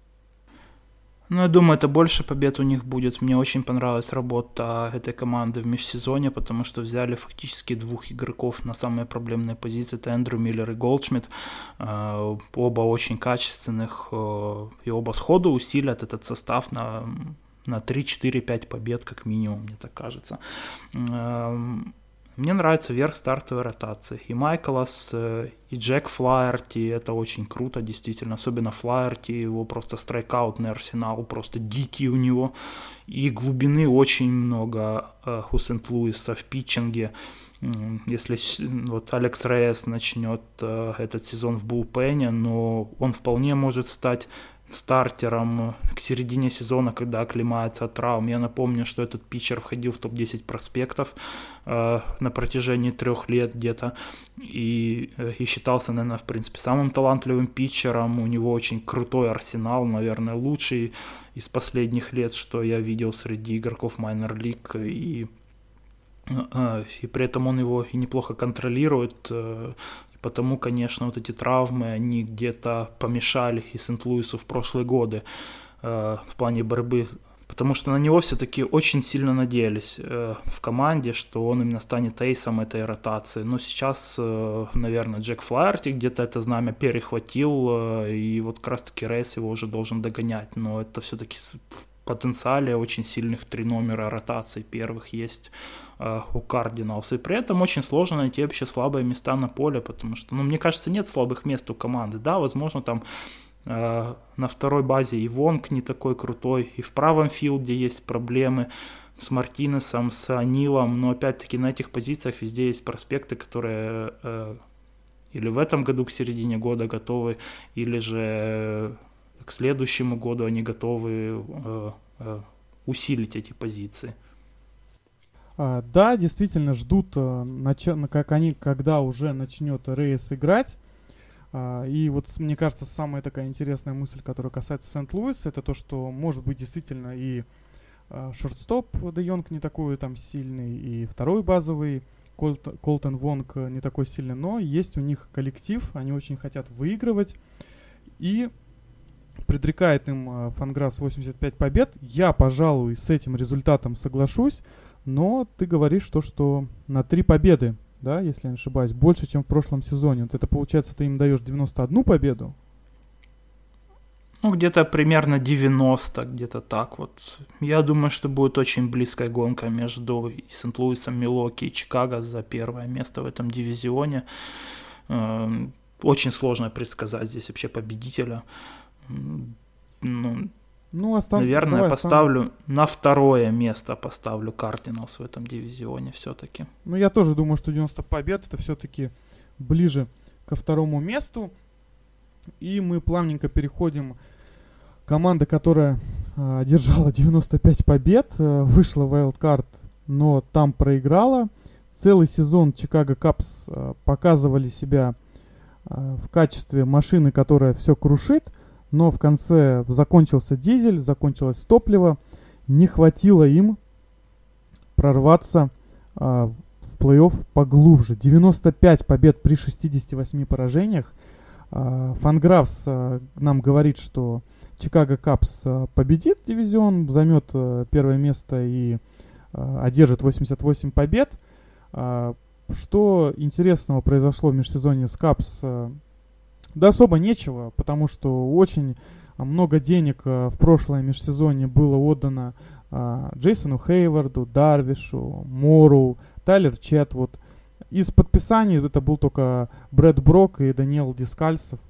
[SPEAKER 2] Ну, я думаю, это больше побед у них будет. Мне очень понравилась работа этой команды в межсезонье, потому что взяли фактически двух игроков на самые проблемные позиции. Это Эндрю Миллер и Голдшмидт. Э, оба очень качественных, э, и оба сходу усилят этот состав на, на три, четыре, пять побед как минимум, мне так кажется. Э, Мне нравится верх стартовой ротации. И Майкелос, и Джек Флаерти, это очень круто, действительно. Особенно Флаерти, его просто страйкаутный арсенал, просто дикий у него. И глубины очень много у Сент-Луиса в питчинге. Если вот Алекс Рейес начнет этот сезон в булпене, но он вполне может стать стартером к середине сезона, когда оклемается от травм. Я напомню, что этот питчер входил в топ десять проспектов э, на протяжении трех лет где-то и, э, и считался, наверное, в принципе, самым талантливым питчером. У него очень крутой арсенал, наверное, лучший из последних лет, что я видел среди игроков Minor League, и, э, и при этом он его и неплохо контролирует. Э, Потому, конечно, вот эти травмы, они где-то помешали и Сент-Луису в прошлые годы э, в плане борьбы. Потому что на него все-таки очень сильно надеялись э, в команде, что он именно станет эйсом этой ротации. Но сейчас, э, наверное, Джек Флаерти где-то это знамя перехватил, э, и вот как раз-таки Рейс его уже должен догонять. Но это все-таки в потенциале очень сильных три номера ротаций первых есть э, у Кардиналс. И при этом очень сложно найти вообще слабые места на поле, потому что, ну, мне кажется, нет слабых мест у команды. Да, возможно, там э, на второй базе и Вонг не такой крутой, и в правом филде есть проблемы с Мартинесом, с Анилом, но опять-таки на этих позициях везде есть проспекты, которые э, или в этом году к середине года готовы, или же к следующему году они готовы э, э, усилить эти позиции.
[SPEAKER 1] А, да, действительно ждут, а, нач- как они, когда уже начнет Рейс играть. А, и вот мне кажется, самая такая интересная мысль, которая касается Сент-Луиса, это то, что может быть действительно и а, шортстоп Де Йонг не такой там сильный, и второй базовый Колт- Колтон Вонг не такой сильный, но есть у них коллектив, они очень хотят выигрывать, и предрекает им Fangraphs восемьдесят пять побед. Я, пожалуй, с этим результатом соглашусь, но ты говоришь то, что на три победы, да, если я не ошибаюсь, больше, чем в прошлом сезоне. Вот это получается, ты им даешь девяносто одну победу?
[SPEAKER 2] Ну, где-то примерно девяносто, где-то так вот. Я думаю, что будет очень близкая гонка между Сент-Луисом, Милуоки и Чикаго за первое место в этом дивизионе. Очень сложно предсказать здесь вообще победителя. Ну,
[SPEAKER 1] ну остав...
[SPEAKER 2] наверное,
[SPEAKER 1] Давай
[SPEAKER 2] поставлю
[SPEAKER 1] сам...
[SPEAKER 2] на второе место поставлю Кардиналс в этом дивизионе все-таки.
[SPEAKER 1] Ну, я тоже думаю, что девяносто побед это все-таки ближе ко второму месту. И мы плавненько переходим. Команда, которая э, одержала девяносто пять побед, э, вышла в Wildcard, но там проиграла. Целый сезон Чикаго Капс э, показывали себя э, в качестве машины, которая все крушит. Но в конце закончился дизель, закончилось топливо. Не хватило им прорваться э, в плей-офф поглубже. девяносто пять побед при шестидесяти восьми поражениях. Э, Fangraphs э, нам говорит, что Чикаго Капс э, победит дивизион, займет э, первое место и э, одержит восемьдесят восемь побед. Э, что интересного произошло в межсезонье с Капс? Э, Да особо нечего, потому что очень много денег а, в прошлое межсезонье было отдано а, Джейсону Хейварду, Дарвишу, Мору, Тайлер Четвуд. Из подписаний это был только Брэд Брок и Даниэл Дискальсов. В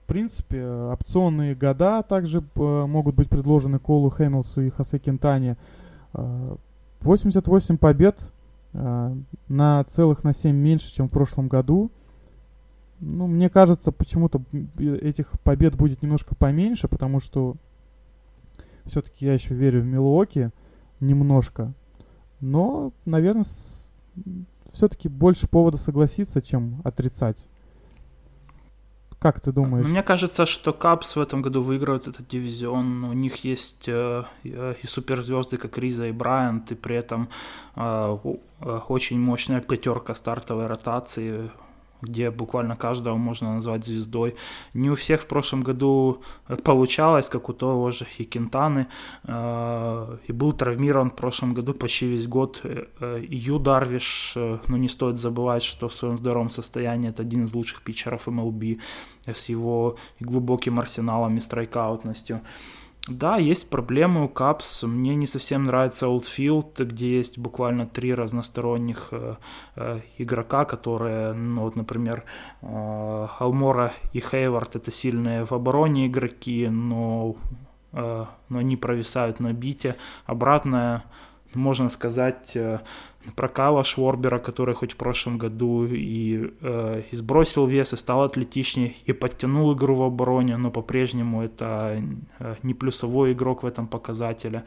[SPEAKER 1] в принципе, опционные года также э, могут быть предложены Колу Хэмилсу и Хосе Кинтане. Э, восемьдесят восемь побед, э, на целых на семь меньше, чем в прошлом году. Ну, мне кажется, почему-то этих побед будет немножко поменьше, потому что все-таки я еще верю в Милуоки немножко. Но, наверное, с... все-таки больше повода согласиться, чем отрицать. Как ты думаешь?
[SPEAKER 2] Мне кажется, что Капс в этом году выиграют этот дивизион. У них есть э, и суперзвезды, как Риза и Брайант, и при этом э, э, очень мощная пятерка стартовой ротации, где буквально каждого можно назвать звездой. Не у всех в прошлом году получалось, как у того же и Кинтаны. Э, и был травмирован в прошлом году почти весь год э, Ю Дарвиш. Э, но не стоит забывать, что в своем здоровом состоянии это один из лучших питчеров эм эл би с его глубоким арсеналом и страйкаутностью. Да, есть проблемы у Капс. Мне не совсем нравится аутфилд, где есть буквально три разносторонних э, э, игрока, которые, ну вот, например, э, Алмора и Хейвард — это сильные в обороне игроки, но, э, но они провисают на бите. Обратное, можно сказать, э, про Кайла Шварбера, который хоть в прошлом году и, э, и сбросил вес, и стал атлетичнее, и подтянул игру в обороне, но по-прежнему это э, не плюсовой игрок в этом показателе.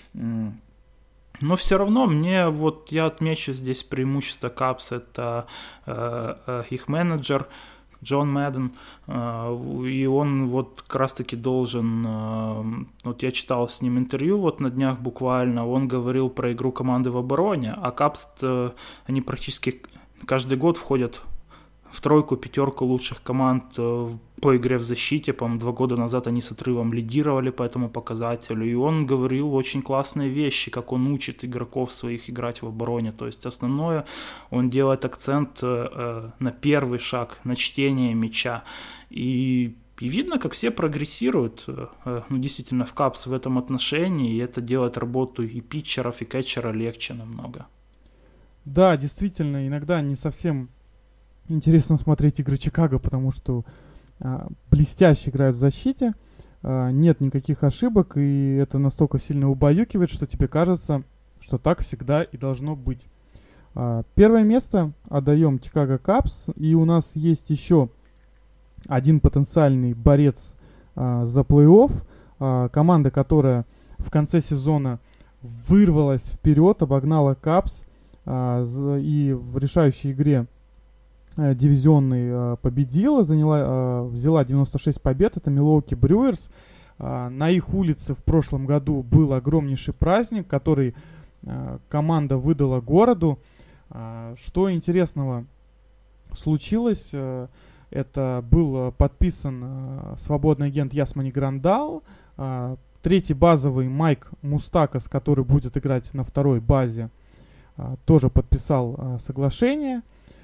[SPEAKER 2] Но все равно мне, вот я отмечу здесь преимущество Капс, это э, э, их менеджер Джон Мэдден, и он вот как раз-таки должен, вот я читал с ним интервью вот на днях буквально, он говорил про игру команды в обороне, а Капс, они практически каждый год входят в тройку, пятерку лучших команд по игре в защите. По-моему, два года назад они с отрывом лидировали по этому показателю. И он говорил очень классные вещи, как он учит игроков своих играть в обороне. То есть основное, он делает акцент э, на первый шаг, на чтение мяча. И, и видно, как все прогрессируют, э, ну, действительно, в Капс в этом отношении. И это делает работу и питчеров, и кетчера легче намного.
[SPEAKER 1] Да, действительно, иногда не совсем интересно смотреть игры Чикаго, потому что а, блестяще играют в защите, а, нет никаких ошибок, и это настолько сильно убаюкивает, что тебе кажется, что так всегда и должно быть. А, первое место отдаем Чикаго Капс, и у нас есть еще один потенциальный борец а, за плей-офф, а, команда, которая в конце сезона вырвалась вперед, обогнала Капс, а, и в решающей игре дивизионный э, победила, заняла, э, взяла девяносто шесть побед, это Milwaukee Brewers. Э, на их улице в прошлом году был огромнейший праздник, который э, команда выдала городу. Э, что интересного случилось, э, это был подписан э, свободный агент Ясмани Грандал, э, третий базовый Майк Мустакас, который будет играть на второй базе, э, тоже подписал э, соглашение.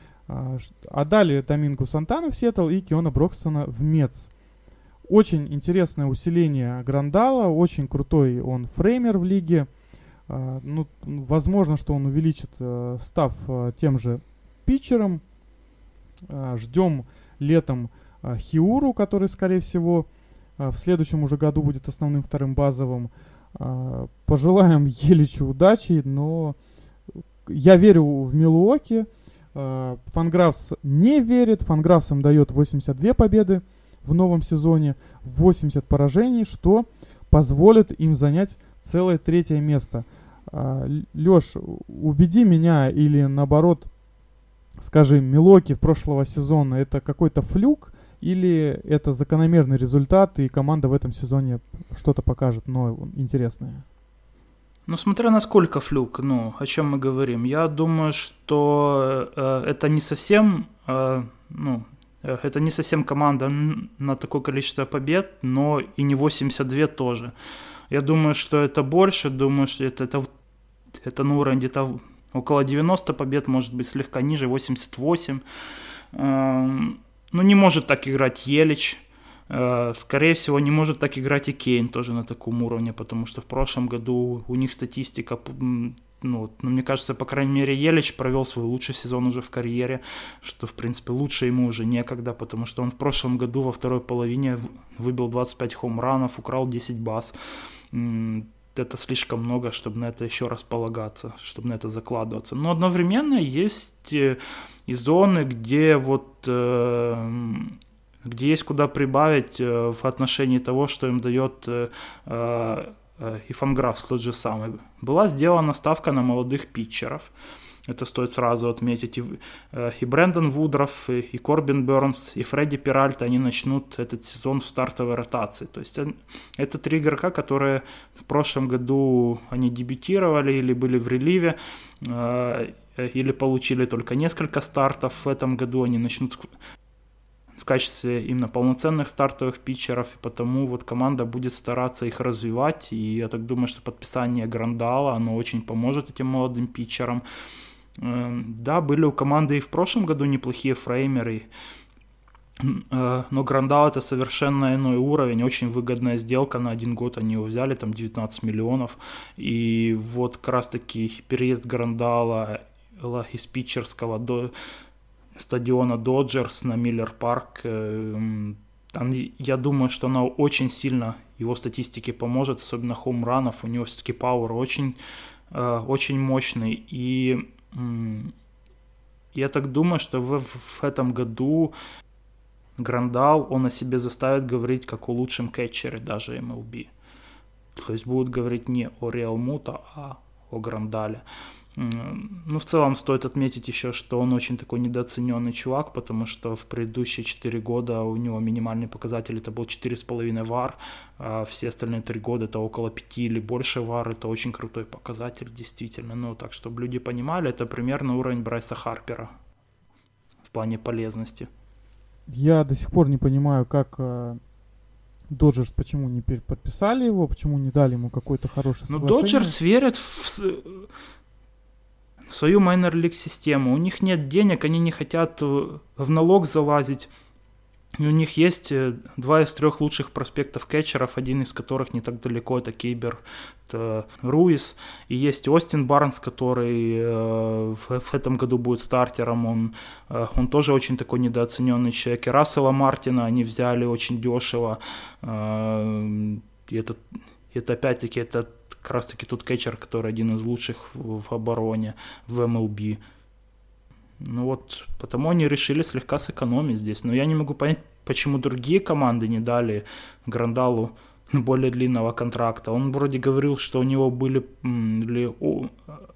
[SPEAKER 1] Отдали Домингу Сантану в Сиэтл и Киона Брокстона в Метс. Очень интересное усиление Грандала, очень крутой он фреймер в лиге. Ну, возможно, что он увеличит, став тем же питчером. Ждем летом Хиуру, который, скорее всего, в следующем уже году будет основным вторым базовым. Пожелаем Еличу удачи, но я верю в Милуоки. Фанграфс не верит. Фанграфс им дает восемьдесят две победы в новом сезоне, восемьдесят поражений, что позволит им занять целое третье место. Леш, убеди меня, или наоборот, скажи, Милуоки в прошлого сезона это какой-то флюк, или это закономерный результат, и команда в этом сезоне что-то покажет новое, интересное?
[SPEAKER 2] Ну, смотря насколько флюк, ну, о чем мы говорим. Я думаю, что э, это не совсем, э, ну, э, это не совсем команда на такое количество побед, но и не восемьдесят две тоже. Я думаю, что это больше, думаю, что это, это, это на уровне где-то около девяносто побед, может быть, слегка ниже, восемьдесят восемь. Э, ну, не может так играть Елич. э, скорее всего, не может так играть и Кейн тоже на таком уровне, потому что в прошлом году у них статистика, ну, ну, мне кажется, по крайней мере, Елич провел свой лучший сезон уже в карьере, что, в принципе, лучше ему уже некогда, потому что он в прошлом году во второй половине выбил двадцать пять хоумранов, украл десять баз. Это слишком много, чтобы на это еще раз полагаться, чтобы на это закладываться. Но одновременно есть и зоны, где вот где есть куда прибавить в отношении того, что им дает и Фанграфс тот же самый. Была сделана ставка на молодых питчеров. Это стоит сразу отметить. И, и Брэндон Вудров, и, и Корбин Бернс, и Фредди Перальта, они начнут этот сезон в стартовой ротации. То есть это три игрока, которые в прошлом году они дебютировали или были в реливе, или получили только несколько стартов. В этом году они начнут в качестве именно полноценных стартовых питчеров, и потому вот команда будет стараться их развивать, и я так думаю, что подписание Грандала, оно очень поможет этим молодым питчерам. Да, были у команды и в прошлом году неплохие фреймеры, но Грандал — это совершенно иной уровень, очень выгодная сделка, на один год они его взяли, там девятнадцать миллионов, и вот как раз таки переезд Грандала из питчерского до стадиона Доджерс на Миллер Парк, я думаю, что она очень сильно его статистике поможет, особенно хоумранов, у него все-таки пауэр очень, очень мощный, и я так думаю, что в, в этом году Грандал, он о себе заставит говорить как о лучшем кетчере даже эм эл би. То есть будут говорить не о Реал Муто, а о Грандале. Ну, в целом стоит отметить еще, что он очень такой недооцененный чувак, потому что в предыдущие четыре года у него минимальный показатель это был четыре с половиной вар, а все остальные три года это около пяти или больше вар, это очень крутой показатель, действительно. Ну, так, чтобы люди понимали, это примерно уровень Брайса Харпера в плане полезности.
[SPEAKER 1] Я до сих пор не понимаю, как Доджерс, почему не подписали его, почему не дали ему какой-то хороший соглашение.
[SPEAKER 2] Ну, Доджерс верят в свою майнор-лиг систему. У них нет денег, они не хотят в налог залазить. И у них есть два из трех лучших проспектов кетчеров, один из которых не так далеко, это Кейбер, это Руис. И есть Остин Барнс, который э, в, в этом году будет стартером. Он, э, он тоже очень такой недооцененный человек. И Рассела Мартина они взяли очень дешево. Э, и это, это опять-таки это как раз таки тот кетчер, который один из лучших в, в обороне в эм эл би. Ну вот, потому они решили слегка сэкономить здесь. Но я не могу понять, почему другие команды не дали Грандалу более длинного контракта. Он вроде говорил, что у него были, были, о,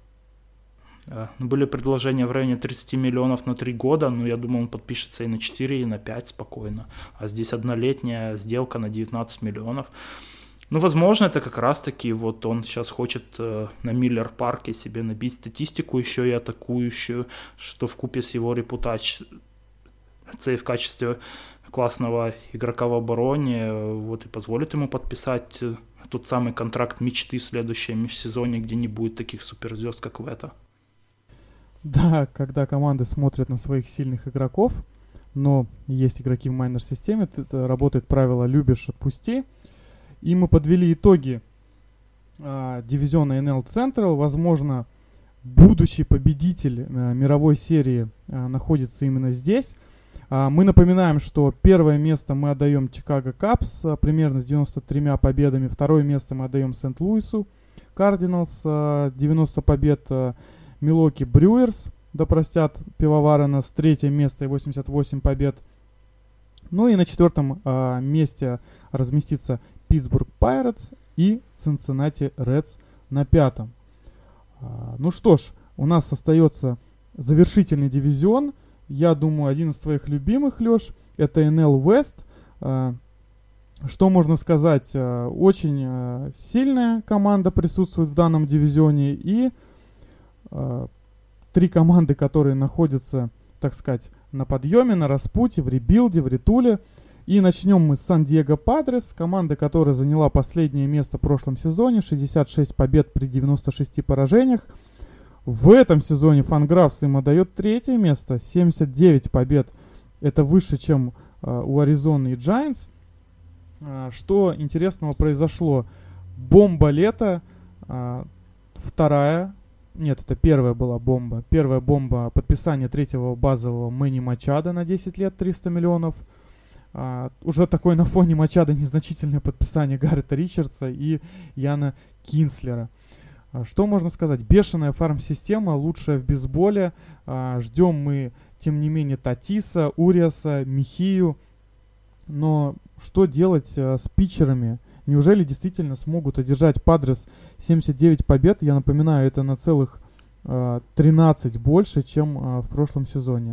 [SPEAKER 2] были предложения в районе тридцать миллионов на три года, но я думаю, он подпишется и на четыре, и на пять спокойно. А здесь однолетняя сделка на девятнадцать миллионов. Ну, возможно, это как раз-таки вот он сейчас хочет э, на Миллер Парке себе набить статистику еще и атакующую, что вкупе с его репутацией в качестве классного игрока в обороне э, вот и позволит ему подписать э, тот самый контракт мечты в следующем межсезонье, где не будет таких суперзвезд, как в это.
[SPEAKER 1] Да, когда команды смотрят на своих сильных игроков, но есть игроки в майнер-системе, это работает правило «любишь, отпусти». И мы подвели итоги а, дивизиона эн эл Central. Возможно, будущий победитель а, мировой серии а, находится именно здесь. А, мы напоминаем, что первое место мы отдаем Чикаго Капс а, примерно с девяносто тремя победами. Второе место мы отдаем Сент-Луису Кардиналс, а, девяносто побед. А, Милуоки Брюерс, да простят пивовары нас, третье место и восемьдесят восемь побед. Ну и на четвертом а, месте разместится Питтсбург Пайретс и Цинциннати Редс на пятом. А, ну что ж, у нас остается завершительный дивизион. Я думаю, один из твоих любимых, Леш, это эн эл West. А, что можно сказать? А, очень а, сильная команда присутствует в данном дивизионе. И а, три команды, которые находятся, так сказать, на подъеме, на распутье, в ребилде, в ритуле. И начнем мы с Сан-Диего Падрес, команда, которая заняла последнее место в прошлом сезоне, шестьдесят шесть побед при девяноста шести поражениях. В этом сезоне Фанграфс им отдает третье место, семьдесят девять побед. Это выше, чем э, у Аризоны и Giants. А, что интересного произошло? Бомба лета, а, вторая, нет, это первая была бомба. Первая бомба — подписание третьего базового Мэнни Мачадо на десять лет, триста миллионов. А, уже такое на фоне Мачадо незначительное подписание Гаррета Ричардса и Яна Кинслера. А, что можно сказать? Бешеная фарм-система, лучшая в бейсболе. А, ждем мы, тем не менее, Татиса, Уриаса, Михию. Но что делать а, с питчерами? Неужели действительно смогут одержать Падрес семьдесят девять побед? Я напоминаю, это на целых э, тринадцать больше, чем э, в прошлом сезоне.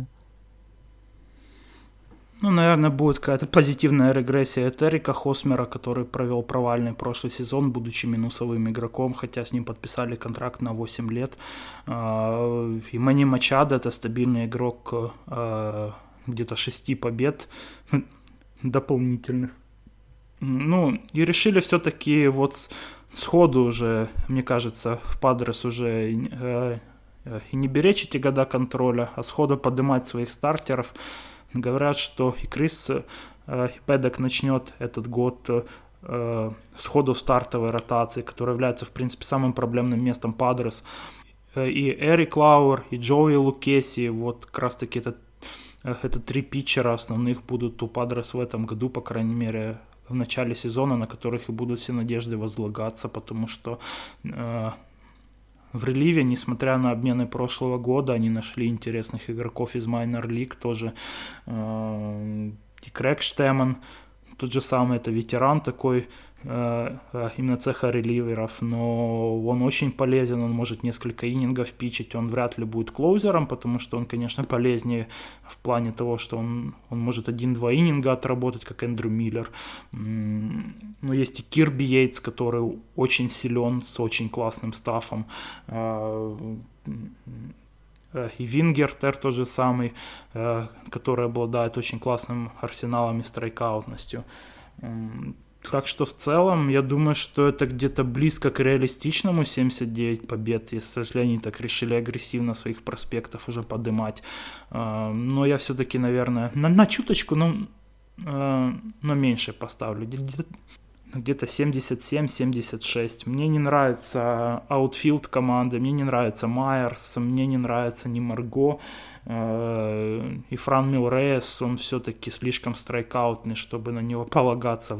[SPEAKER 2] Ну, наверное, будет какая-то позитивная регрессия от Эрика Хосмера, который провел провальный прошлый сезон, будучи минусовым игроком, хотя с ним подписали контракт на восемь лет. И Мэнни Мачадо — это стабильный игрок где-то шести побед дополнительных. Ну, и решили все-таки вот сходу уже, мне кажется, в Падрес уже э, э, и не беречь эти года контроля, а сходу поднимать своих стартеров. Говорят, что и Крис э, Пэддок начнет этот год э, сходу в стартовой ротации, которая является, в принципе, самым проблемным местом Падрес. И Эрик Лауэр, и Джоуи Лукеси, вот как раз-таки это, это три питчера основных будут у Падрес в этом году, по крайней мере, в начале сезона, на которых и будут все надежды возлагаться, потому что э, в реливе, несмотря на обмены прошлого года, они нашли интересных игроков из Minor League тоже. Э, и Крэг Штеман, тот же самый, это ветеран такой, э, именно цеха реливеров, но он очень полезен, он может несколько иннингов питчить, он вряд ли будет клоузером, потому что он, конечно, полезнее в плане того, что он, он может один-два иннинга отработать, как Эндрю Миллер. Но есть и Кирби Йейтс, который очень силен, с очень классным стафом. И Вингертер тот же самый, который обладает очень классным арсеналом и страйкаутностью. Так что в целом, я думаю, что это где-то близко к реалистичному семьдесят девять побед, если они так решили агрессивно своих проспектов уже поднимать. Но я все-таки, наверное, на, на чуточку, но, но меньше поставлю. Где-то семьдесят семь семьдесят шесть. Мне не нравится аутфилд команды, мне не нравится Майерс, мне не нравится ни Марго. И Фран Милрейс, он все-таки слишком страйкаутный, чтобы на него полагаться в,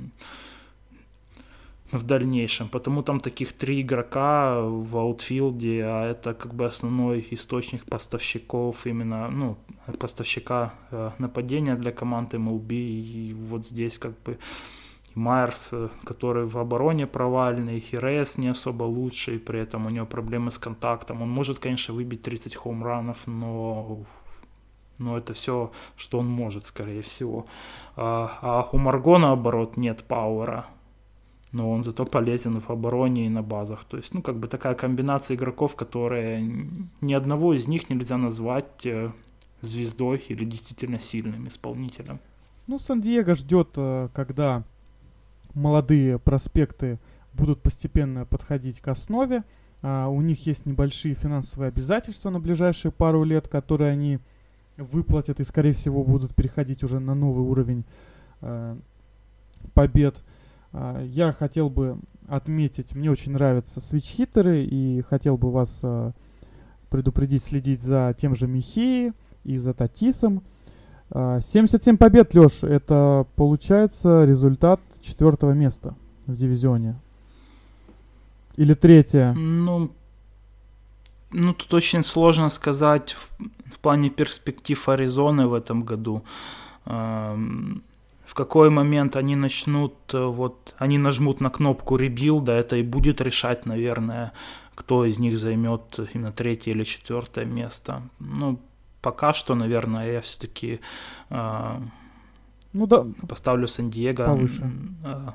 [SPEAKER 2] в дальнейшем. Потому там таких три игрока в аутфилде, а это как бы основной источник поставщиков, именно, ну, поставщика нападения для команд эм эл би. И вот здесь как бы Майерс, который в обороне провальный, Хирес не особо лучший, при этом у него проблемы с контактом. Он может, конечно, выбить тридцать хоумранов, но, но это все, что он может, скорее всего. А, а у Марго, наоборот, нет пауэра, но он зато полезен в обороне и на базах. То есть, ну, как бы такая комбинация игроков, которые ни одного из них нельзя назвать звездой или действительно сильным исполнителем.
[SPEAKER 1] Ну, Сан-Диего ждет, когда молодые проспекты будут постепенно подходить к основе. А, у них есть небольшие финансовые обязательства на ближайшие пару лет, которые они выплатят и, скорее всего, будут переходить уже на новый уровень а, побед. А, я хотел бы отметить, мне очень нравятся свитч-хиттеры, и хотел бы вас а, предупредить, следить за тем же Михеей и за Татисом. семьдесят семь побед, Леш, это получается результат четвертого места в дивизионе. Или третье?
[SPEAKER 2] Ну, ну, тут очень сложно сказать в, в плане перспектив Аризоны в этом году. Эм, в какой момент они начнут, вот, они нажмут на кнопку ребилда, это и будет решать, наверное, кто из них займет именно третье или четвертое место. Ну, пока что, наверное, я все-таки э,
[SPEAKER 1] ну, да,
[SPEAKER 2] поставлю Сан-Диего.
[SPEAKER 1] Повыше.
[SPEAKER 2] Э,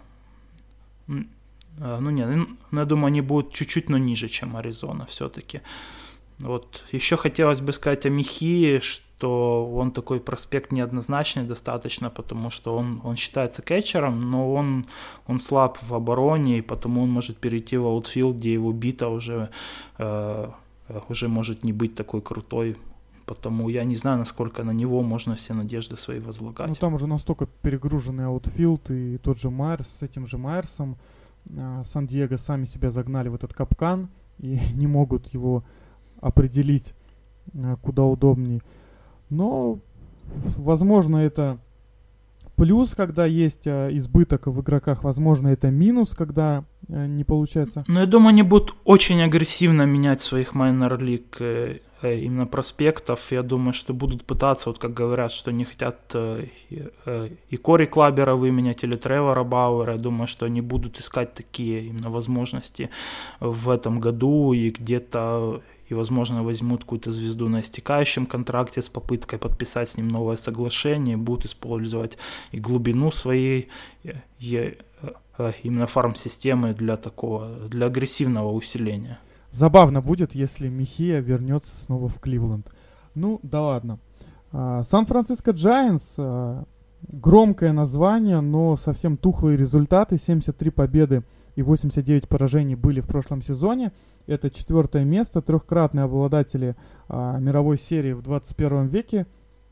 [SPEAKER 2] э, ну, нет, ну, я думаю, они будут чуть-чуть, но ниже, чем Аризона все-таки. Вот. Еще хотелось бы сказать о Михии, что он такой проспект неоднозначный достаточно, потому что он, он считается кетчером, но он, он слаб в обороне, и потому он может перейти в аутфилд, где его бита уже, э, уже может не быть такой крутой. потому я не знаю, насколько на него можно все надежды свои возлагать.
[SPEAKER 1] Ну там уже настолько перегруженный аутфилд, и тот же Майерс с этим же Майерсом, а, Сан-Диего сами себя загнали в этот капкан и не могут его определить а, куда удобнее. Но, возможно, это плюс, когда есть а, избыток в игроках, возможно, это минус, когда а, не получается.
[SPEAKER 2] Но я думаю, они будут очень агрессивно менять своих майнор-лиг э, э, именно проспектов. Я думаю, что будут пытаться, вот как говорят, что не хотят э, э, и Кори Клабера выменять, или Тревора Бауэра. Я думаю, что они будут искать такие именно возможности в этом году, и где-то... и, возможно, возьмут какую-то звезду на истекающем контракте с попыткой подписать с ним новое соглашение, будут использовать и глубину своей и, и, именно фарм-системы для такого, для агрессивного усиления.
[SPEAKER 1] Забавно будет, если Михея вернется снова в Кливленд. Ну, да ладно. А, Сан-Франциско Джайантс, а, громкое название, но совсем тухлые результаты. семьдесят три победы и восемьдесят девять поражений были в прошлом сезоне. Это четвертое место, трехкратные обладатели а, мировой серии в двадцать первом веке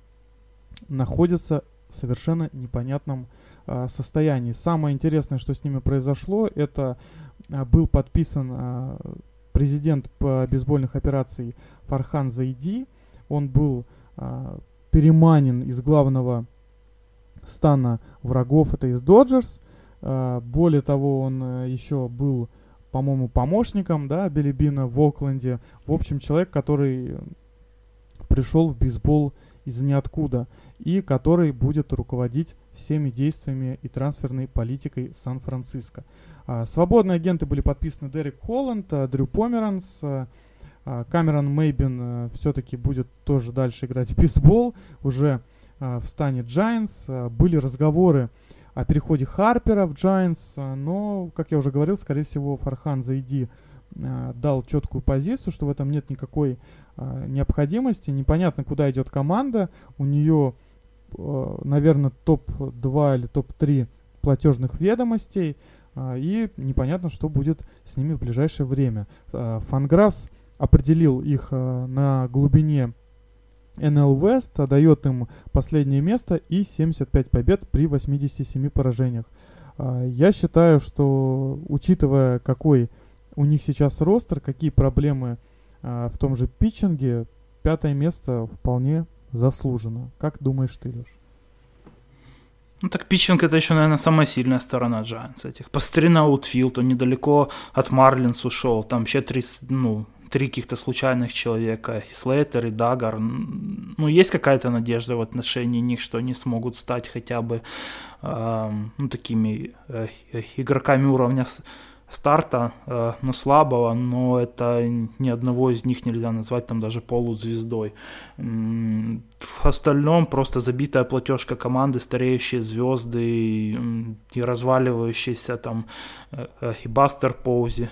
[SPEAKER 1] находятся в совершенно непонятном а, состоянии. Самое интересное, что с ними произошло, это а, был подписан а, президент по бейсбольных операций Фархан Заиди. Он был а, переманен из главного стана врагов, это из Доджерс. А, более того, он а, еще был, по-моему, помощником, да, Билли Бина в Окленде. В общем, человек, который пришел в бейсбол из ниоткуда и который будет руководить всеми действиями и трансферной политикой Сан-Франциско. А, свободные агенты были подписаны: Дерек Холланд, а, Дрю Померанц, а, а, Камерон Мейбин а, все-таки будет тоже дальше играть в бейсбол, уже а, в стане Giants. А, были разговоры о переходе Харпера в Giants, но, как я уже говорил, скорее всего, Фархан Заиди э, дал четкую позицию, что в этом нет никакой э, необходимости. Непонятно, куда идет команда. У нее, э, наверное, топ два или топ три платежных ведомостей, э, и непонятно, что будет с ними в ближайшее время. Э, Fangraphs определил их э, на глубине эн эл West, дает им последнее место и семьдесят пять побед при восьмидесяти семи поражениях. Я считаю, что, учитывая, какой у них сейчас ростер, какие проблемы в том же питчинге, пятое место вполне заслужено. Как думаешь ты, Леш?
[SPEAKER 2] Ну так питчинг — это еще, наверное, самая сильная сторона Giants этих. Посмотри на аутфилд, он недалеко от Марлинс ушел, там вообще три, ну, три каких-то случайных человека, и Слейтер, и Даггар. Ну, есть какая-то надежда в отношении них, что они смогут стать хотя бы э, ну, такими э, игроками уровня старта, э, но слабого, но это ни одного из них нельзя назвать там даже полузвездой. В остальном просто забитая платежка команды, стареющие звезды и, и разваливающиеся там э, э, и Бастер Поузи.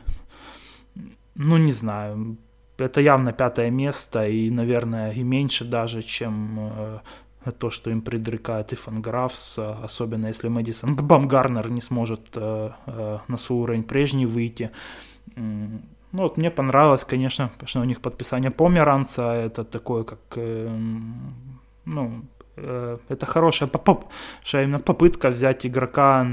[SPEAKER 2] Ну, не знаю, это явно пятое место, и, наверное, и меньше даже, чем э, то, что им предрекает и Fangraphs, особенно если Мэдисон Бамгарнер не сможет э, э, на свой уровень прежний выйти. Ну, вот мне понравилось, конечно, что у них подписание Померанца, это такое, как, э, ну, э, это хорошая поп- именно попытка взять игрока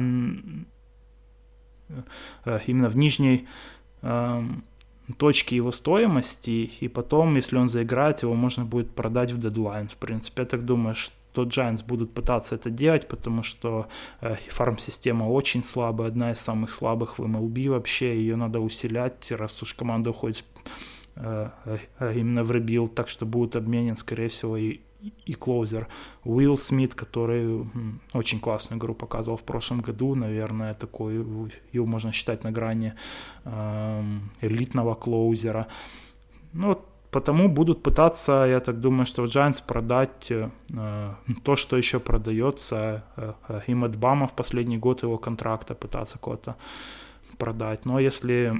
[SPEAKER 2] э, именно в нижней э, точки его стоимости, и потом, если он заиграет, его можно будет продать в дедлайн. В принципе, я так думаю, что Giants будут пытаться это делать, потому что э, фарм-система очень слабая, одна из самых слабых в эм эл би вообще, ее надо усилять, раз уж команда уходит э, э, именно в ребилд, так что будет обменен, скорее всего, и и клоузер Уилл Смит, который м, очень классную игру показывал в прошлом году, наверное, такой, его можно считать на грани э, элитного клоузера. Ну, вот потому будут пытаться, я так думаю, что в Giants продать э, то, что еще продается, э, э, и Мэтт Бама в последний год его контракта пытаться кого-то продать. Но если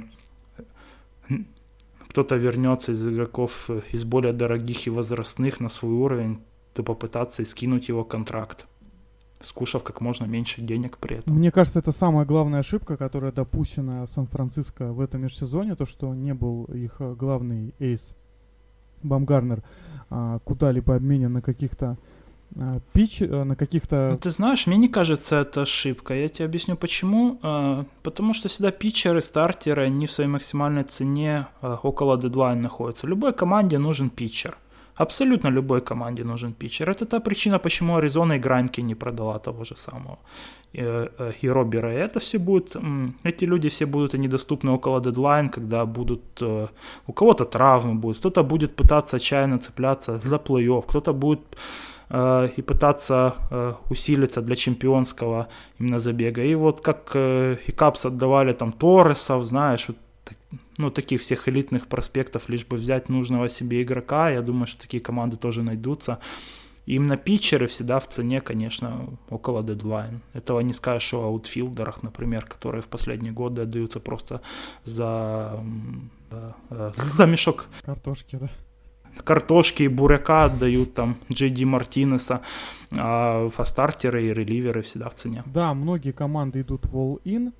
[SPEAKER 2] кто-то вернется из игроков из более дорогих и возрастных на свой уровень, то попытаться и скинуть его контракт, скушав как можно меньше денег при этом.
[SPEAKER 1] Мне кажется, это самая главная ошибка, которая допущена Сан-Франциско в этом межсезонье, то, что не был их главный эйс Бамгарнер а, куда-либо обменен на каких-то а, пич, а, на каких-то...
[SPEAKER 2] Ну, ты знаешь, мне не кажется это ошибка. Я тебе объясню почему. А, потому что всегда питчеры, стартеры, они в своей максимальной цене а, около дедлайна находятся. Любой команде нужен питчер. Абсолютно любой команде нужен питчер. Это та причина, почему Аризона и Грайнки не продала того же самого и, и Робера. И это все будет, эти люди все будут они доступны около дедлайн, когда будут, у кого-то травмы будут, кто-то будет пытаться отчаянно цепляться за плей-офф, кто-то будет э, и пытаться э, усилиться для чемпионского именно забега. И вот как э, и Капс отдавали там Торресов, знаешь, вот, ну, таких всех элитных проспектов, лишь бы взять нужного себе игрока. Я думаю, что такие команды тоже найдутся. И именно питчеры всегда в цене, конечно, около дедлайн. Этого не скажешь о аутфилдерах, например, которые в последние годы отдаются просто за, за, за мешок
[SPEAKER 1] картошки, да.
[SPEAKER 2] Картошки и буряка отдают там Джей Ди Мартинеса, а стартеры и реливеры всегда в цене.
[SPEAKER 1] Да, многие команды идут в all-in.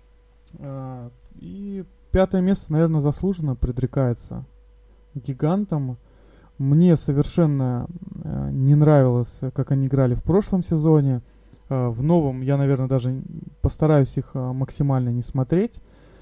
[SPEAKER 1] И пятое место, наверное, заслуженно предрекается гигантам. Мне совершенно э, не нравилось, как они играли в прошлом сезоне. Э, в новом я, наверное, даже постараюсь их э, максимально не смотреть.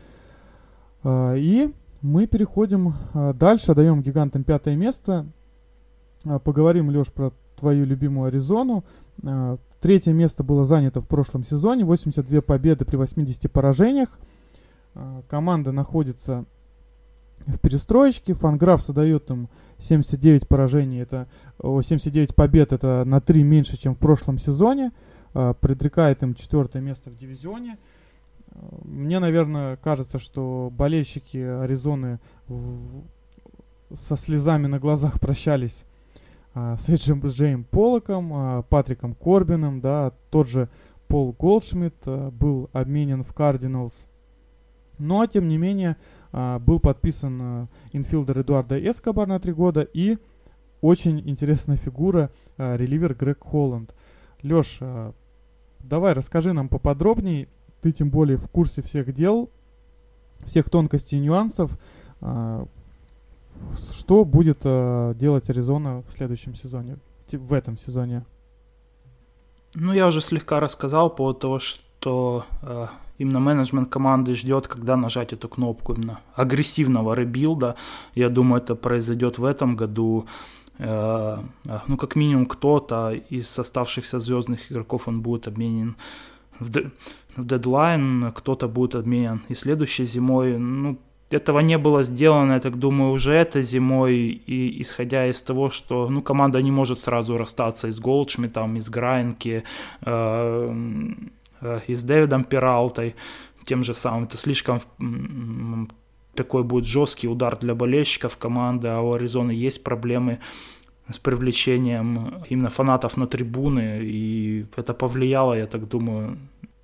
[SPEAKER 1] Э, и мы переходим э, дальше, даем гигантам пятое место. Э, поговорим, Лёш, про твою любимую Аризону. Э, третье место было занято в прошлом сезоне. восемьдесят две победы при восьмидесяти поражениях. Э, команда находится в перестроечке. Фанграфс дает им семьдесят девять поражений, это о, семьдесят девять побед, это на три меньше, чем в прошлом сезоне. Э, предрекает им четвертое место в дивизионе. Э, мне, наверное, кажется, что болельщики Аризоны в, со слезами на глазах прощались э, с Эджем Джейм Поллоком, э, Патриком Корбином, да, тот же Пол Голдшмидт э, был обменен в Кардиналс. Но, тем не менее, Uh, был подписан uh, инфилдер Эдуардо Эскобар на три года и очень интересная фигура, uh, реливер Грег Холланд. Лёш, uh, давай расскажи нам поподробнее, ты тем более в курсе всех дел, всех тонкостей и нюансов, uh, что будет uh, делать Аризона в следующем сезоне, в этом сезоне?
[SPEAKER 2] Ну, я уже слегка рассказал по поводу того, что... Uh... Именно менеджмент команды ждет, когда нажать эту кнопку именно агрессивного ребилда. Я думаю, это произойдет в этом году. Э, ну, как минимум, кто-то из оставшихся звездных игроков он будет обменен в, де- в дедлайн, кто-то будет обменен и следующей зимой. Ну, этого не было сделано, я так думаю, уже этой зимой. И исходя из того, что ну, команда не может сразу расстаться и с Голдшмидтом, и с Грайнки, э, и с Дэвидом Пералтой, тем же самым. Это слишком м- такой будет жесткий удар для болельщиков команды, а у Аризоны есть проблемы с привлечением именно фанатов на трибуны, и это повлияло, я так думаю,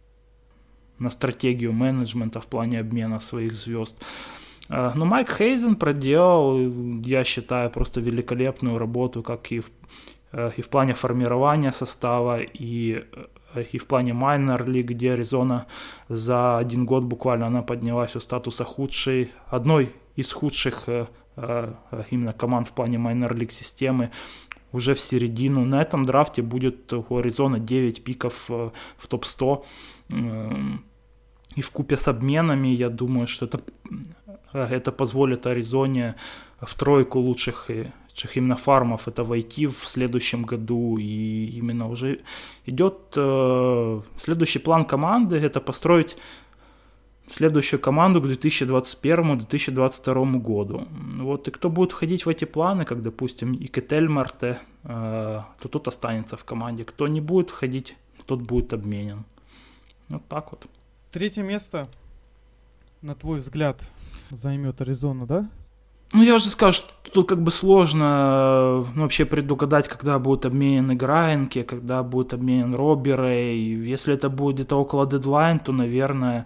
[SPEAKER 2] на стратегию менеджмента в плане обмена своих звезд. Но Майк Хейзен проделал, я считаю, просто великолепную работу, как и в, и в плане формирования состава, и и в плане Minor League, где Аризона за один год буквально она поднялась у статуса худшей, одной из худших э, э, именно команд в плане Minor League системы уже в середину. На этом драфте будет у Аризоны девять пиков э, в топ сто. Э, и вкупе с обменами, я думаю, что это, это позволит Аризоне в тройку лучших именно фармов это войти в следующем году, и именно уже идет э, следующий план команды, это построить следующую команду к две тысячи двадцать первому - две тысячи двадцать второму году. Вот, и кто будет входить в эти планы, как, допустим, и Кетель Марте, э, то тот останется в команде. Кто не будет входить, тот будет обменен. Вот так вот.
[SPEAKER 1] Третье место, на твой взгляд, займет Аризона, да?
[SPEAKER 2] Ну, я уже сказал, что тут как бы сложно ну, вообще предугадать, когда будет обменен Грайнки, когда будет обменен Роберей. Если это будет где-то около дедлайн, то, наверное,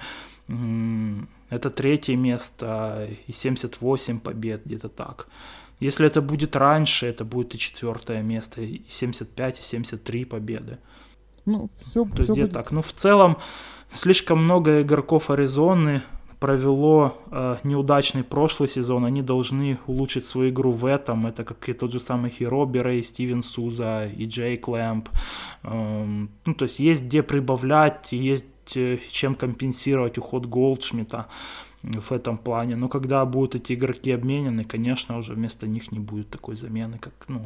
[SPEAKER 2] это третье место и семьдесят восемь побед, где-то так. Если это будет раньше, это будет и четвертое место, и семьдесят пять, и семьдесят три победы.
[SPEAKER 1] Ну, все,
[SPEAKER 2] то
[SPEAKER 1] все
[SPEAKER 2] есть где-то
[SPEAKER 1] будет...
[SPEAKER 2] так. Ну, в целом, слишком много игроков Аризоны, провело э, неудачный прошлый сезон, они должны улучшить свою игру в этом. Это как и тот же самый Хиробера, и Стивен Суза, и Джейк Лэмп. Эм, ну, то есть есть где прибавлять, есть э, чем компенсировать уход Голдшмидта в этом плане. Но когда будут эти игроки обменены, конечно, уже вместо них не будет такой замены, как, ну,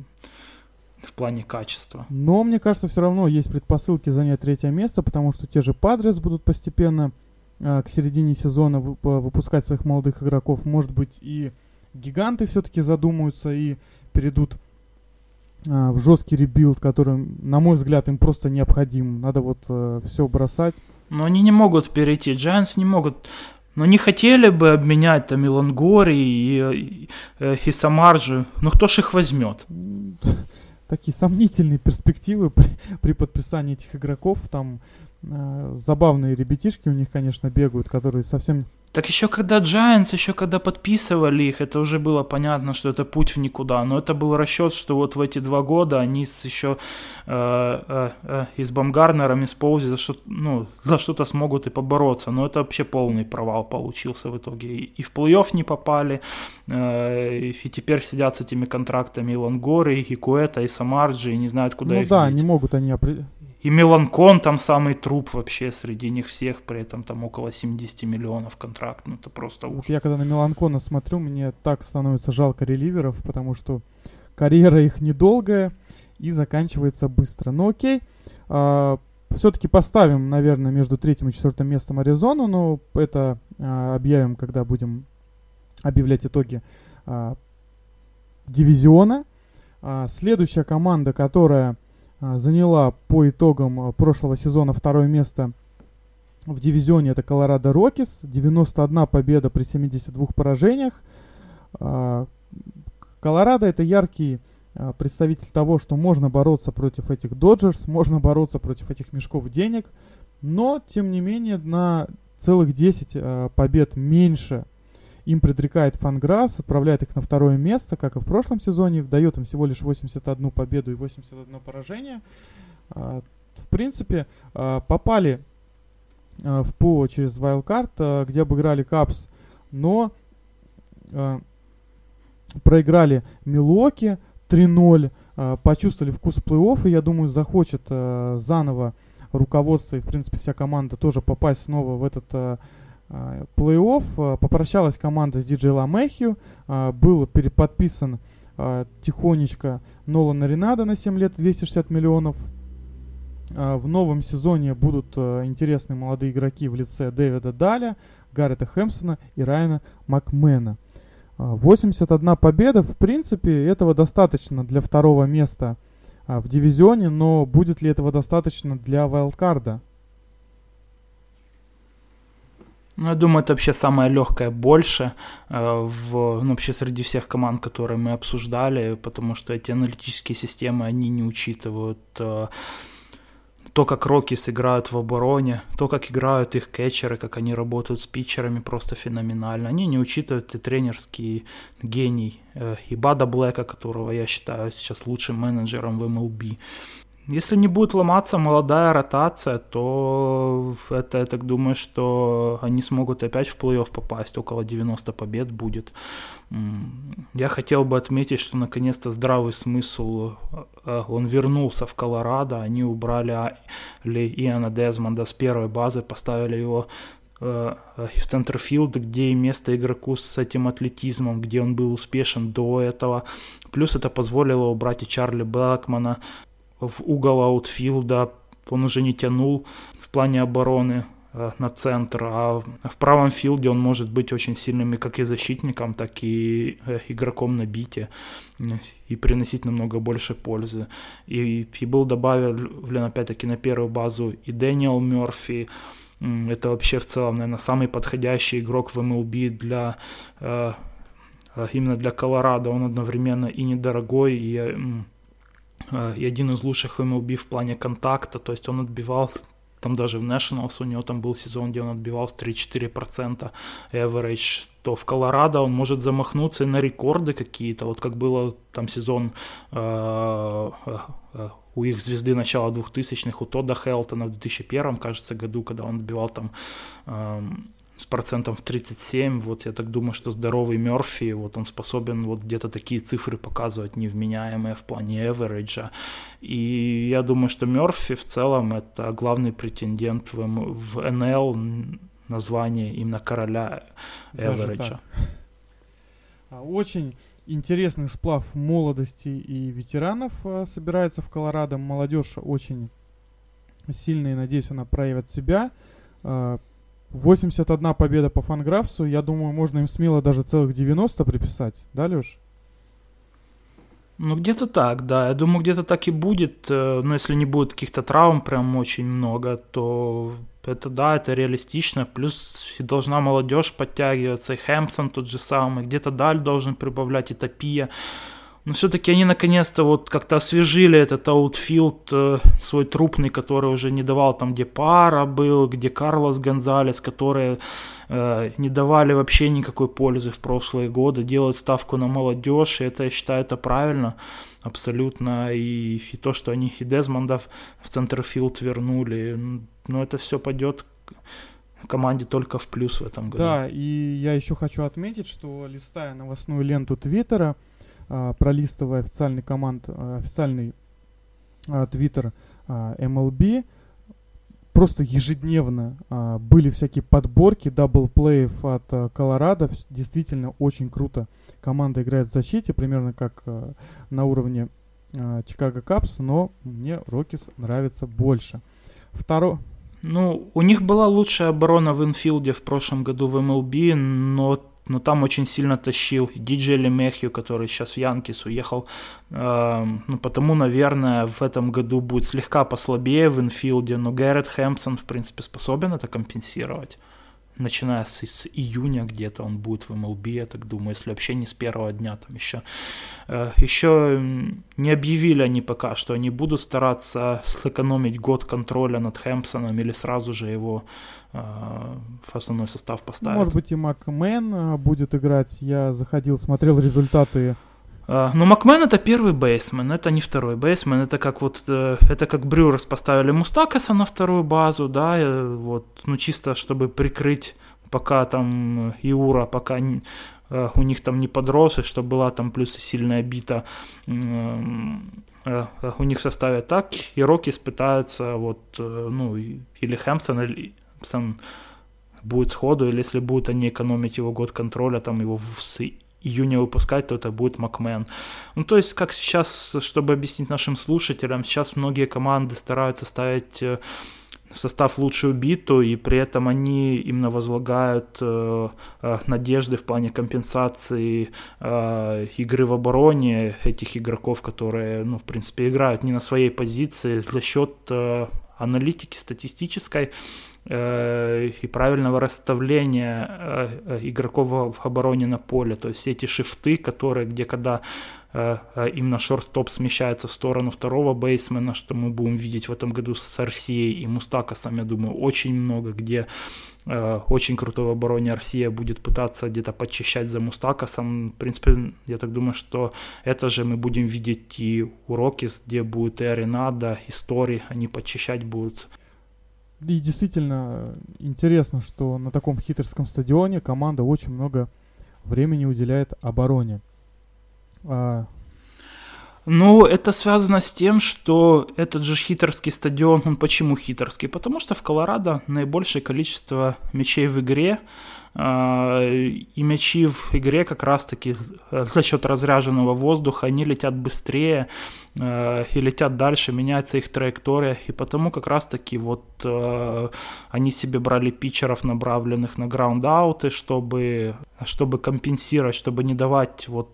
[SPEAKER 2] в плане качества.
[SPEAKER 1] Но, мне кажется, все равно есть предпосылки занять третье место, потому что те же Падрес будут постепенно э, к середине сезона вып- выпускать своих молодых игроков. Может быть, и гиганты все-таки задумаются и перейдут э, в жесткий ребилд, который, на мой взгляд, им просто необходим. Надо вот э, все бросать.
[SPEAKER 2] Но они не могут перейти. Giants не могут... Но не хотели бы обменять там и Лонгори, и, и, и Самарджи. Ну кто ж их возьмет?
[SPEAKER 1] Такие сомнительные перспективы при, при подписании этих игроков. Там э, забавные ребятишки у них, конечно, бегают, которые совсем...
[SPEAKER 2] Так еще когда Giants, еще когда подписывали их, это уже было понятно, что это путь в никуда. Но это был расчет, что вот в эти два года они с еще э, э, э, и с Бамгарнером, и с Поузи за, что, ну, за что-то смогут и побороться. Но это вообще полный провал получился в итоге. И, и в плей-офф не попали, э, и теперь сидят с этими контрактами и Лонгори, и Куэта, и Самарджи, и не знают, куда
[SPEAKER 1] ну
[SPEAKER 2] их
[SPEAKER 1] да,
[SPEAKER 2] деть.
[SPEAKER 1] не могут они определить.
[SPEAKER 2] И Меланкон там самый труп вообще среди них всех, при этом там около семьдесят миллионов контракт, ну это просто ужас.
[SPEAKER 1] Вот я когда на Меланкона смотрю, мне так становится жалко реливеров, потому что карьера их недолгая и заканчивается быстро. Ну окей, а, все-таки поставим, наверное, между третьим и четвертым местом Аризону, но это а, объявим, когда будем объявлять итоги а, дивизиона. А, следующая команда, которая заняла по итогам прошлого сезона второе место в дивизионе, это Колорадо Рокис. девяносто одна победа при семидесяти двух поражениях. Колорадо — это яркий представитель того, что можно бороться против этих Доджерс, можно бороться против этих мешков денег, но, тем не менее, на целых десять побед меньше им предрекает Фанграсс, отправляет их на второе место, как и в прошлом сезоне, дает им всего лишь восемьдесят одну победу и восемьдесят одно поражение. В принципе, попали в ПО через Wildcard, где обыграли Капс, но проиграли Милуоки три ноль, почувствовали вкус плей-офф, и, я думаю, захочет заново руководство и, в принципе, вся команда тоже попасть снова в этот плей-офф. Попрощалась команда с Диджей Ламехью, был переподписан тихонечко Нолан Ренадо на семь лет, двести шестьдесят миллионов. В новом сезоне будут интересные молодые игроки в лице Дэвида Даля, Гаррета Хэмпсона и Райана Макмена. восемьдесят одна победа, в принципе, этого достаточно для второго места в дивизионе, но будет ли этого достаточно для вайлдкарда?
[SPEAKER 2] Ну, я думаю, это вообще самое легкое больше э, в, ну, вообще среди всех команд, которые мы обсуждали, потому что эти аналитические системы, они не учитывают э, то, как Рокис играют в обороне, то, как играют их кетчеры, как они работают с питчерами, просто феноменально. Они не учитывают и тренерский гений э, Ибада Блэка, которого я считаю сейчас лучшим менеджером в эм эл би. Если не будет ломаться молодая ротация, то это, я так думаю, что они смогут опять в плей-офф попасть, около девяносто побед будет. Я хотел бы отметить, что наконец-то здравый смысл, он вернулся в Колорадо, они убрали Иана Дезмонда с первой базы, поставили его в центрфилд, где и место игроку с этим атлетизмом, где он был успешен до этого. Плюс это позволило убрать и Чарли Блэкмана в угол аутфилда, он уже не тянул в плане обороны э, на центр, а в правом филде он может быть очень сильным и как и защитником, так и э, игроком на бите и приносить намного больше пользы. И, и был добавлен опять-таки на первую базу и Дэниел Мёрфи. Это вообще в целом, наверное, самый подходящий игрок в эм эл би для э, именно для Колорадо. Он одновременно и недорогой, и и один из лучших в эм эл би в плане контакта, то есть он отбивал, там даже в Nationals у него там был сезон, где он отбивал с три-четыре процента average, то в Колорадо он может замахнуться и на рекорды какие-то, вот как было там сезон э, э, у их звезды начала двухтысячных, у Тодда Хелтона в две тысячи первом, кажется, году, когда он отбивал там э, с процентом в тридцать семь, вот я так думаю, что здоровый Мерфи, вот он способен вот где-то такие цифры показывать невменяемые в плане эвериджа, и я думаю, что Мерфи в целом это главный претендент в, в эн эл на звание именно короля эвериджа.
[SPEAKER 1] Очень интересный сплав молодости и ветеранов а, собирается в Колорадо. Молодежь очень сильная, и, надеюсь, она проявит себя. А, восемьдесят одна победа по Фанграфсу. Я думаю, можно им смело даже целых девяносто приписать. Да, Лёш?
[SPEAKER 2] Ну, где-то так, да. Я думаю, где-то так и будет. Но если не будет каких-то травм прям очень много, то это да, это реалистично. Плюс и должна молодежь подтягиваться, и Хэмпсон тот же самый. Где-то Даль должен прибавлять, и Топия. Но все-таки они наконец-то вот как-то освежили этот аутфилд э, свой трупный, который уже не давал там, где Пара был, где Карлос Гонзалес, которые э, не давали вообще никакой пользы в прошлые годы, делают ставку на молодежь, и это, я считаю, это правильно абсолютно. И, и то, что они и Дезмонда в центрфилд вернули, но это все пойдет команде только в плюс в этом году.
[SPEAKER 1] Да, и я еще хочу отметить, что листая новостную ленту Твиттера, пролистывая официальный команд, официальный твиттер эм эл би, просто ежедневно были всякие подборки даблплеев от Колорадо. Действительно очень круто команда играет в защите, примерно как на уровне Чикаго Капс, но мне Рокис нравится больше. Второе.
[SPEAKER 2] Ну, у них была лучшая оборона в инфилде в прошлом году в эм эл би, но но там очень сильно тащил Диджей Лемехью, который сейчас в Янкис уехал. Э, ну, потому, наверное, в этом году будет слегка послабее в инфилде, но Гаррет Хэмпсон, в принципе, способен это компенсировать. Начиная с, с июня где-то он будет в эм эл би, я так думаю, если вообще не с первого дня. Там еще, э, еще не объявили они пока, что они будут стараться сэкономить год контроля над Хэмпсоном или сразу же его э, в основной состав поставят.
[SPEAKER 1] Может быть, и Макмен будет играть. Я заходил, смотрел результаты.
[SPEAKER 2] Uh, ну, Макмен это первый бейсмен, это не второй бейсмен, это как вот, uh, это как Брюерс поставили Мустакаса на вторую базу, да, uh, вот, ну, чисто чтобы прикрыть, пока там Иура, пока uh, у них там не подрос, и чтобы была там плюс и сильная бита uh, uh, у них в составе, так, и Рокис пытаются, вот, uh, ну, или Хэмпсон, или Хэмпсон будет сходу, или если будут они экономить его год контроля, там его в июня выпускать, то это будет Макмен. Ну, то есть, как сейчас, чтобы объяснить нашим слушателям, сейчас многие команды стараются ставить в состав лучшую биту, и при этом они именно возлагают э, э, надежды в плане компенсации э, игры в обороне этих игроков, которые, ну, в принципе, играют не на своей позиции за счет э, аналитики статистической и правильного расставления игроков в обороне на поле, то есть все эти шифты, которые, где когда именно шорт-топ смещается в сторону второго бейсмена, что мы будем видеть в этом году с Арсией и Мустакасом, я думаю, очень много, где очень крутой в обороне Арсия будет пытаться где-то подчищать за Мустакасом. В принципе, я так думаю, что это же мы будем видеть и у Рокис, где будет и Аренада, и Стори, они подчищать будут.
[SPEAKER 1] И действительно интересно, что на таком хитерском стадионе команда очень много времени уделяет обороне. А...
[SPEAKER 2] Ну, это связано с тем, что этот же хитерский стадион, он почему хитерский? Потому что в Колорадо наибольшее количество мячей в игре, и мячи в игре как раз-таки за счет разряженного воздуха, они летят быстрее и летят дальше, меняется их траектория, и потому как раз-таки вот они себе брали питчеров, направленных на граунд-ауты, чтобы, чтобы компенсировать, чтобы не давать вот...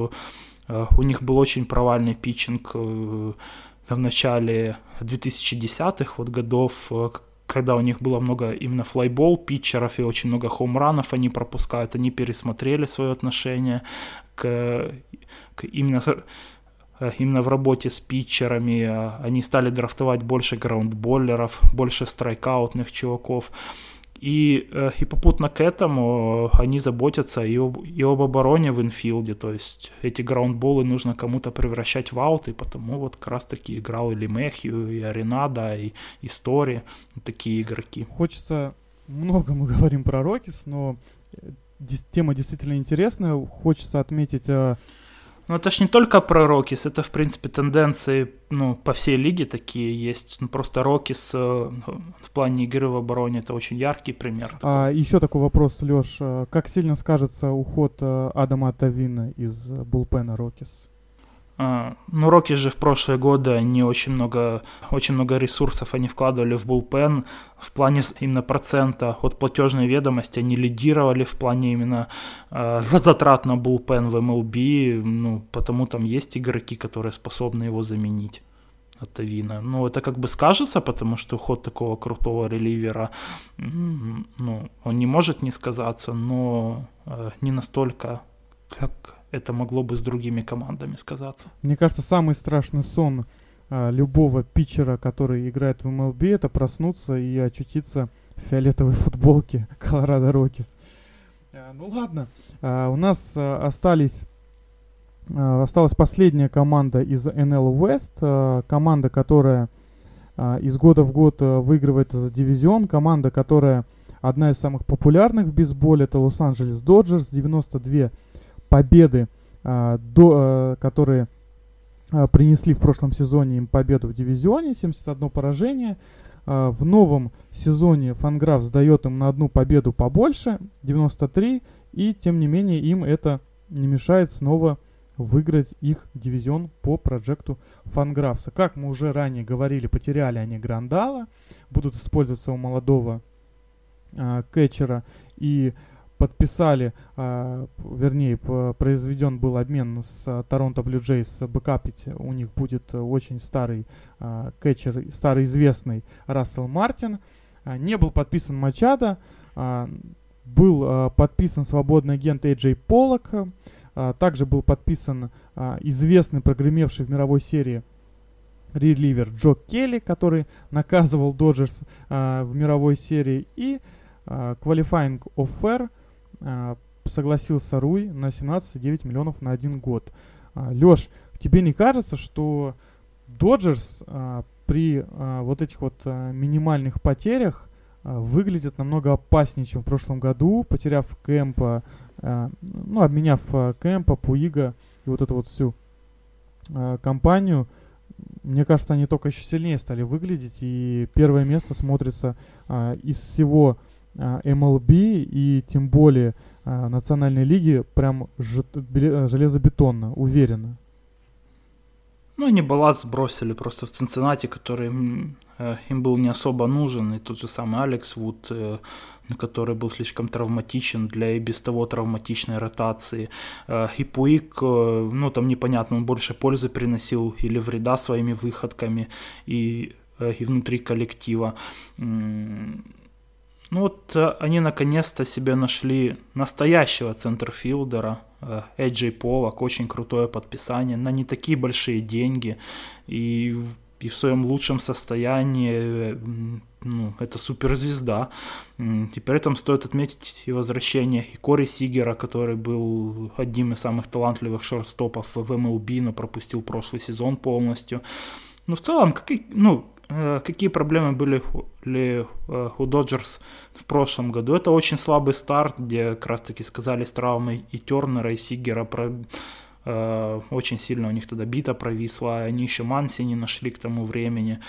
[SPEAKER 2] У них был очень провальный питчинг в начале двухтысячных вот годов, когда у них было много именно флайбол питчеров и очень много хоумранов они пропускают. Они пересмотрели свое отношение к, к именно, именно в работе с питчерами. Они стали драфтовать больше граундболлеров, больше страйкаутных чуваков. И, и попутно к этому они заботятся и об, и об обороне в инфилде, то есть эти граундболы нужно кому-то превращать в аут, и потому вот как раз таки играл и Лемехью, и Аренада, и, и Стори, такие игроки.
[SPEAKER 1] Хочется много мы говорим про Рокис, но тема действительно интересная. Хочется отметить...
[SPEAKER 2] Ну, это ж не только про Рокис, это, в принципе, тенденции, ну, по всей лиге такие есть. Ну, просто Рокис э, в плане игры в обороне — это очень яркий пример.
[SPEAKER 1] А, еще такой вопрос, Леш. Как сильно скажется уход Адама Оттавино из булпена Рокис?
[SPEAKER 2] А, ну, Рокис же в прошлые годы они очень много, очень много ресурсов они вкладывали в булпен. В плане именно процента от платежной ведомости они лидировали в плане именно э, затрат на булпен в эм эл би. Ну, потому там есть игроки, которые способны его заменить. Оттавино. Ну, это как бы скажется, потому что уход такого крутого реливера, ну, он не может не сказаться, но э, не настолько, как это могло бы с другими командами сказаться.
[SPEAKER 1] Мне кажется, самый страшный сон а, любого питчера, который играет в эм эл би, это проснуться и очутиться в фиолетовой футболке Колорадо Рокис. А, ну ладно, а, у нас а, остались, а, осталась последняя команда из эн эл West, а, команда, которая а, из года в год а, выигрывает этот дивизион, команда, которая одна из самых популярных в бейсболе, это Лос-Анджелес Доджерс, девяносто две победы, а, до, а, которые а, принесли в прошлом сезоне им победу в дивизионе, семьдесят одно поражение. А, в новом сезоне Fangraphs дает им на одну победу побольше, девяносто три, и тем не менее им это не мешает снова выиграть их дивизион по проекту Fangraphs. Как мы уже ранее говорили, потеряли они Грандала, будут использовать своего молодого а, кетчера и подписали, а, вернее, произведен был обмен с Торонто Блю Джейс, бэкапить у них будет очень старый а, кетчер, старый известный Рассел Мартин. А, не был подписан Мачадо, а, был а, подписан свободный агент Эй Джей Поллок, а, также был подписан а, известный, прогремевший в мировой серии реливер Джо Келли, который наказывал Доджерс а, в мировой серии, и а, qualifying offer согласился Руй на семнадцать целых девять миллионов на один год. А, Леш, тебе не кажется, что Доджерс а, при а, вот этих вот а, минимальных потерях а, выглядит намного опаснее, чем в прошлом году, потеряв Кэмпа, а, ну, обменяв а, Кэмпа, Пуига и вот эту вот всю а, компанию? Мне кажется, они только еще сильнее стали выглядеть, и первое место смотрится а, из всего эм эл би и тем более а, Национальной лиги прям ж- железобетонно, уверенно.
[SPEAKER 2] Ну, они балласт сбросили просто в Цинциннати, который э, им был не особо нужен. И тот же самый Алекс Вуд, э, который был слишком травматичен для и без того травматичной ротации. Э, и Пуик, э, ну, там непонятно, он больше пользы приносил или вреда своими выходками и, э, и внутри коллектива. Ну вот они наконец-то себе нашли настоящего центрфилдера, Эй Джей Поллок, очень крутое подписание, на не такие большие деньги, и, и в своем лучшем состоянии, ну, это суперзвезда. И при этом стоит отметить и возвращение и Кори Сигера, который был одним из самых талантливых шорт-стопов в эм эл би, но пропустил прошлый сезон полностью. Ну, в целом, как, ну, какие проблемы были ли у Доджерс в прошлом году? Это очень слабый старт, где как раз таки сказались травмы и Тернера, и Сигера. Про, э, очень сильно у них тогда бита провисла, они еще Манси не нашли к тому времени.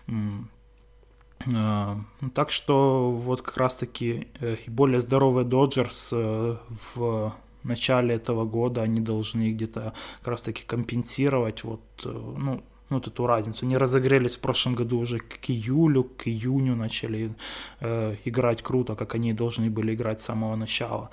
[SPEAKER 2] Э, так что вот как раз таки э, более здоровый Доджерс э, в начале этого года, они должны где-то как раз таки компенсировать вот, э, ну, вот эту разницу. Не разогрелись в прошлом году уже к июлю, к июню начали э, играть круто, как они должны были играть с самого начала.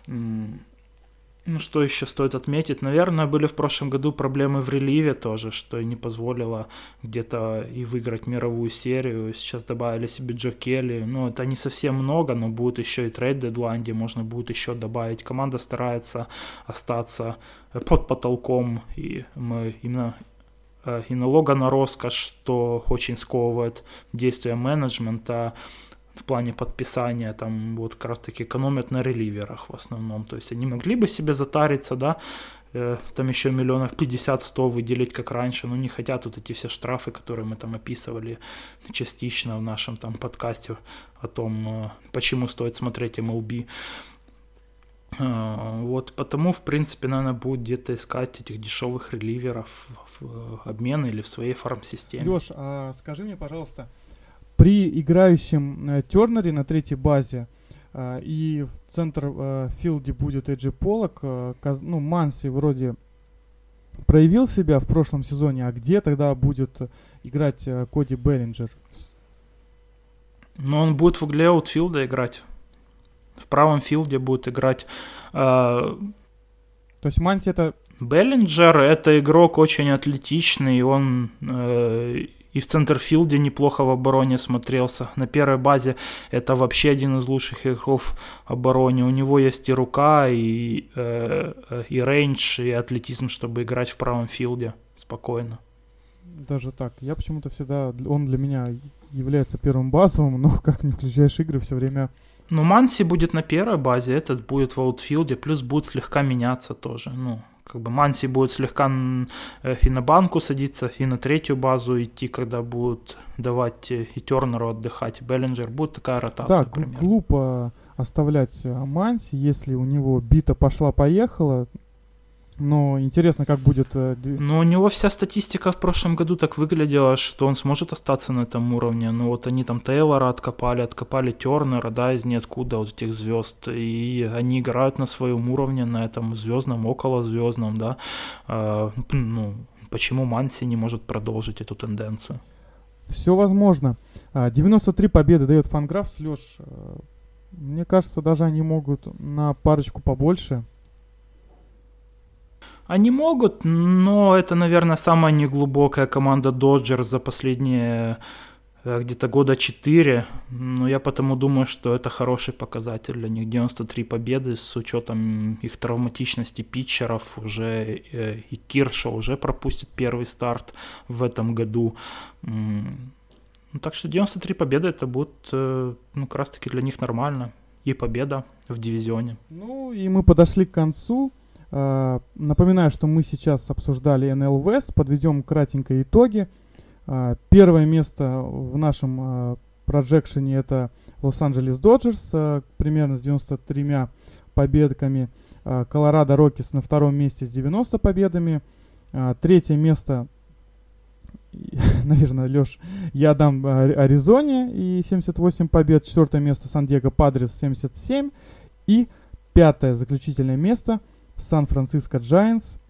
[SPEAKER 2] Ну, что еще стоит отметить? Наверное, были в прошлом году проблемы в реливе тоже, что не позволило где-то и выиграть мировую серию. Сейчас добавили себе Джо Келли. Ну, это не совсем много, но будет еще и трейд-дедлайн, где можно будет еще добавить. Команда старается остаться под потолком, и мы именно и налога на роскошь, что очень сковывает действия менеджмента. в плане подписания, там вот как раз таки экономят на реливерах в основном, то есть они могли бы себе затариться, да, э, там еще миллионов пятьдесят-сто выделить, как раньше, но не хотят вот эти все штрафы, которые мы там описывали частично в нашем там подкасте о том, э, почему стоит смотреть эм эл би. Uh, вот, потому, в принципе, наверное, будет где-то искать этих дешевых реливеров в, в обмен или в своей фарм-системе.
[SPEAKER 1] Лёш, а скажи мне, пожалуйста, при играющем э, Тернере на третьей базе э, и в центр э, филде будет Эйджи Поллок, э, каз, ну, Манси вроде проявил себя в прошлом сезоне, а где тогда будет играть э, Коди Беллинджер?
[SPEAKER 2] Ну, он будет в угле аутфилда играть. В правом филде будет играть... Э,
[SPEAKER 1] То есть Манси это...
[SPEAKER 2] Беллинджер — это игрок очень атлетичный, он э, и в центрфилде неплохо в обороне смотрелся. На первой базе это вообще один из лучших игроков в обороне. У него есть и рука, и, э, и рейндж, и атлетизм, чтобы играть в правом филде спокойно.
[SPEAKER 1] Даже так. Я почему-то всегда... Он для меня является первым базовым, но как не включаешь игры, все время...
[SPEAKER 2] Ну, Манси будет на первой базе, этот будет в аутфилде, плюс будет слегка меняться тоже. Ну, как бы Манси будет слегка и на банку садиться, и на третью базу идти, когда будут давать и Тернеру отдыхать. Беллинджер, будет такая ротация.
[SPEAKER 1] Да, г- глупо оставлять Манси, если у него бита пошла-поехала. Но интересно, как будет...
[SPEAKER 2] Ну, у него вся статистика в прошлом году так выглядела, что он сможет остаться на этом уровне. Ну, вот они там Тейлора откопали, откопали Тернера, да, из ниоткуда, вот этих звезд. И они играют на своем уровне, на этом звездном, околозвездном, да. А, ну, почему Манси не может продолжить эту тенденцию?
[SPEAKER 1] Все возможно. девяносто три победы дает Фанграфс. Леш, мне кажется, даже они могут на парочку побольше.
[SPEAKER 2] Они могут, но это, наверное, самая неглубокая команда Доджерс за последние где-то года четыре. Но я потому думаю, что это хороший показатель для них. девяносто три победы с учетом их травматичности питчеров. Уже и Кирша уже пропустит первый старт в этом году. Ну, так что девяносто три победы это будет, ну, как раз таки для них нормально. И победа в дивизионе.
[SPEAKER 1] Ну и мы подошли к концу. Uh, напоминаю, что мы сейчас обсуждали эн эл West, подведем кратенько итоги. Uh, первое место в нашем uh, проджекшене это Лос-Анджелес Доджерс, uh, примерно с девяносто тремя победками. Колорадо uh, Роккис на втором месте с девяноста победами. Uh, третье место, наверное, Леш, я дам uh, Аризоне и семьдесят восемь побед. Четвертое место Сан-Диего Падрес семьдесят семь. И пятое заключительное место Сан-Франциско Giants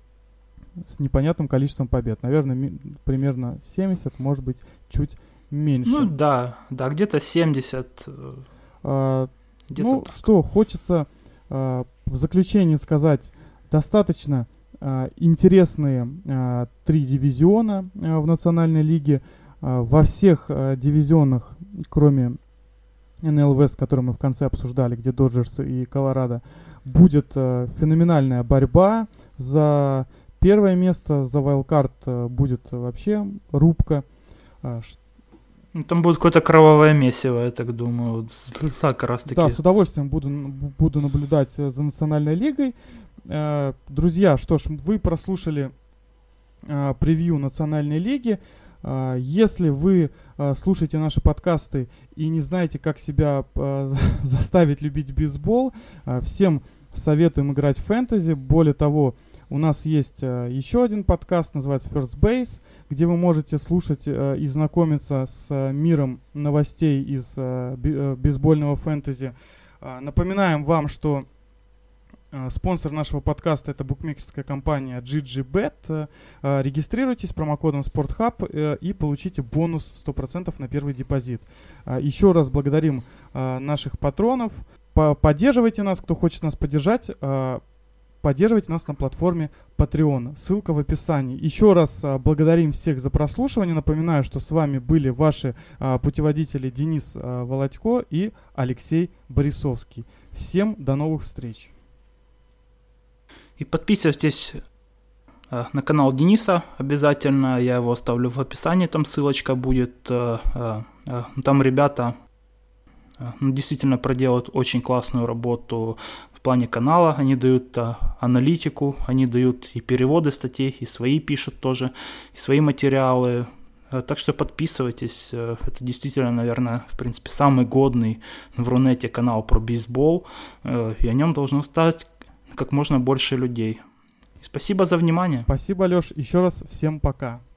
[SPEAKER 1] с непонятным количеством побед. Наверное, ми- примерно семьдесят, может быть, чуть меньше.
[SPEAKER 2] Ну да, да, где-то семьдесят.
[SPEAKER 1] А,
[SPEAKER 2] где-то
[SPEAKER 1] ну
[SPEAKER 2] так.
[SPEAKER 1] что, хочется а, в заключение сказать, достаточно а, интересные а, три дивизиона а, в Национальной лиге. А, во всех а, дивизионах, кроме эн эл West, который мы в конце обсуждали, где Доджерс и Колорадо, будет э, феноменальная борьба за первое место, за вайлдкарт э, будет вообще рубка. А, ш...
[SPEAKER 2] Там будет какое-то кровавое месиво, я так думаю. Вот, так раз таки.
[SPEAKER 1] Да, с удовольствием буду, буду наблюдать за Национальной лигой. Э, друзья, что ж, вы прослушали э, превью Национальной лиги. Uh, если вы uh, слушаете наши подкасты и не знаете, как себя uh, заставить любить бейсбол, uh, всем советуем играть в фэнтези. Более того, у нас есть uh, еще один подкаст, называется First Base, где вы можете слушать uh, и знакомиться с uh, миром новостей из uh, би- uh, бейсбольного фэнтези. Uh, напоминаем вам, что спонсор нашего подкаста — это букмекерская компания джи джи бет. Регистрируйтесь промокодом SportHub и получите бонус сто процентов на первый депозит. Еще раз благодарим наших патронов. Поддерживайте нас, кто хочет нас поддержать. Поддерживайте нас на платформе Patreon. Ссылка в описании. Еще раз благодарим всех за прослушивание. Напоминаю, что с вами были ваши путеводители Денис Володько и Алексей Борисовский. Всем до новых встреч.
[SPEAKER 2] И подписывайтесь э, на канал Дениса обязательно, я его оставлю в описании, там ссылочка будет. Э, э, там ребята ну, действительно проделают очень классную работу в плане канала. Они дают а, аналитику, они дают и переводы статей, и свои пишут тоже, и свои материалы. Так что подписывайтесь. Это действительно, наверное, в принципе, самый годный в Рунете канал про бейсбол. И о нем должно стать как можно больше людей. Спасибо за внимание.
[SPEAKER 1] Спасибо, Лёш. Еще раз всем пока.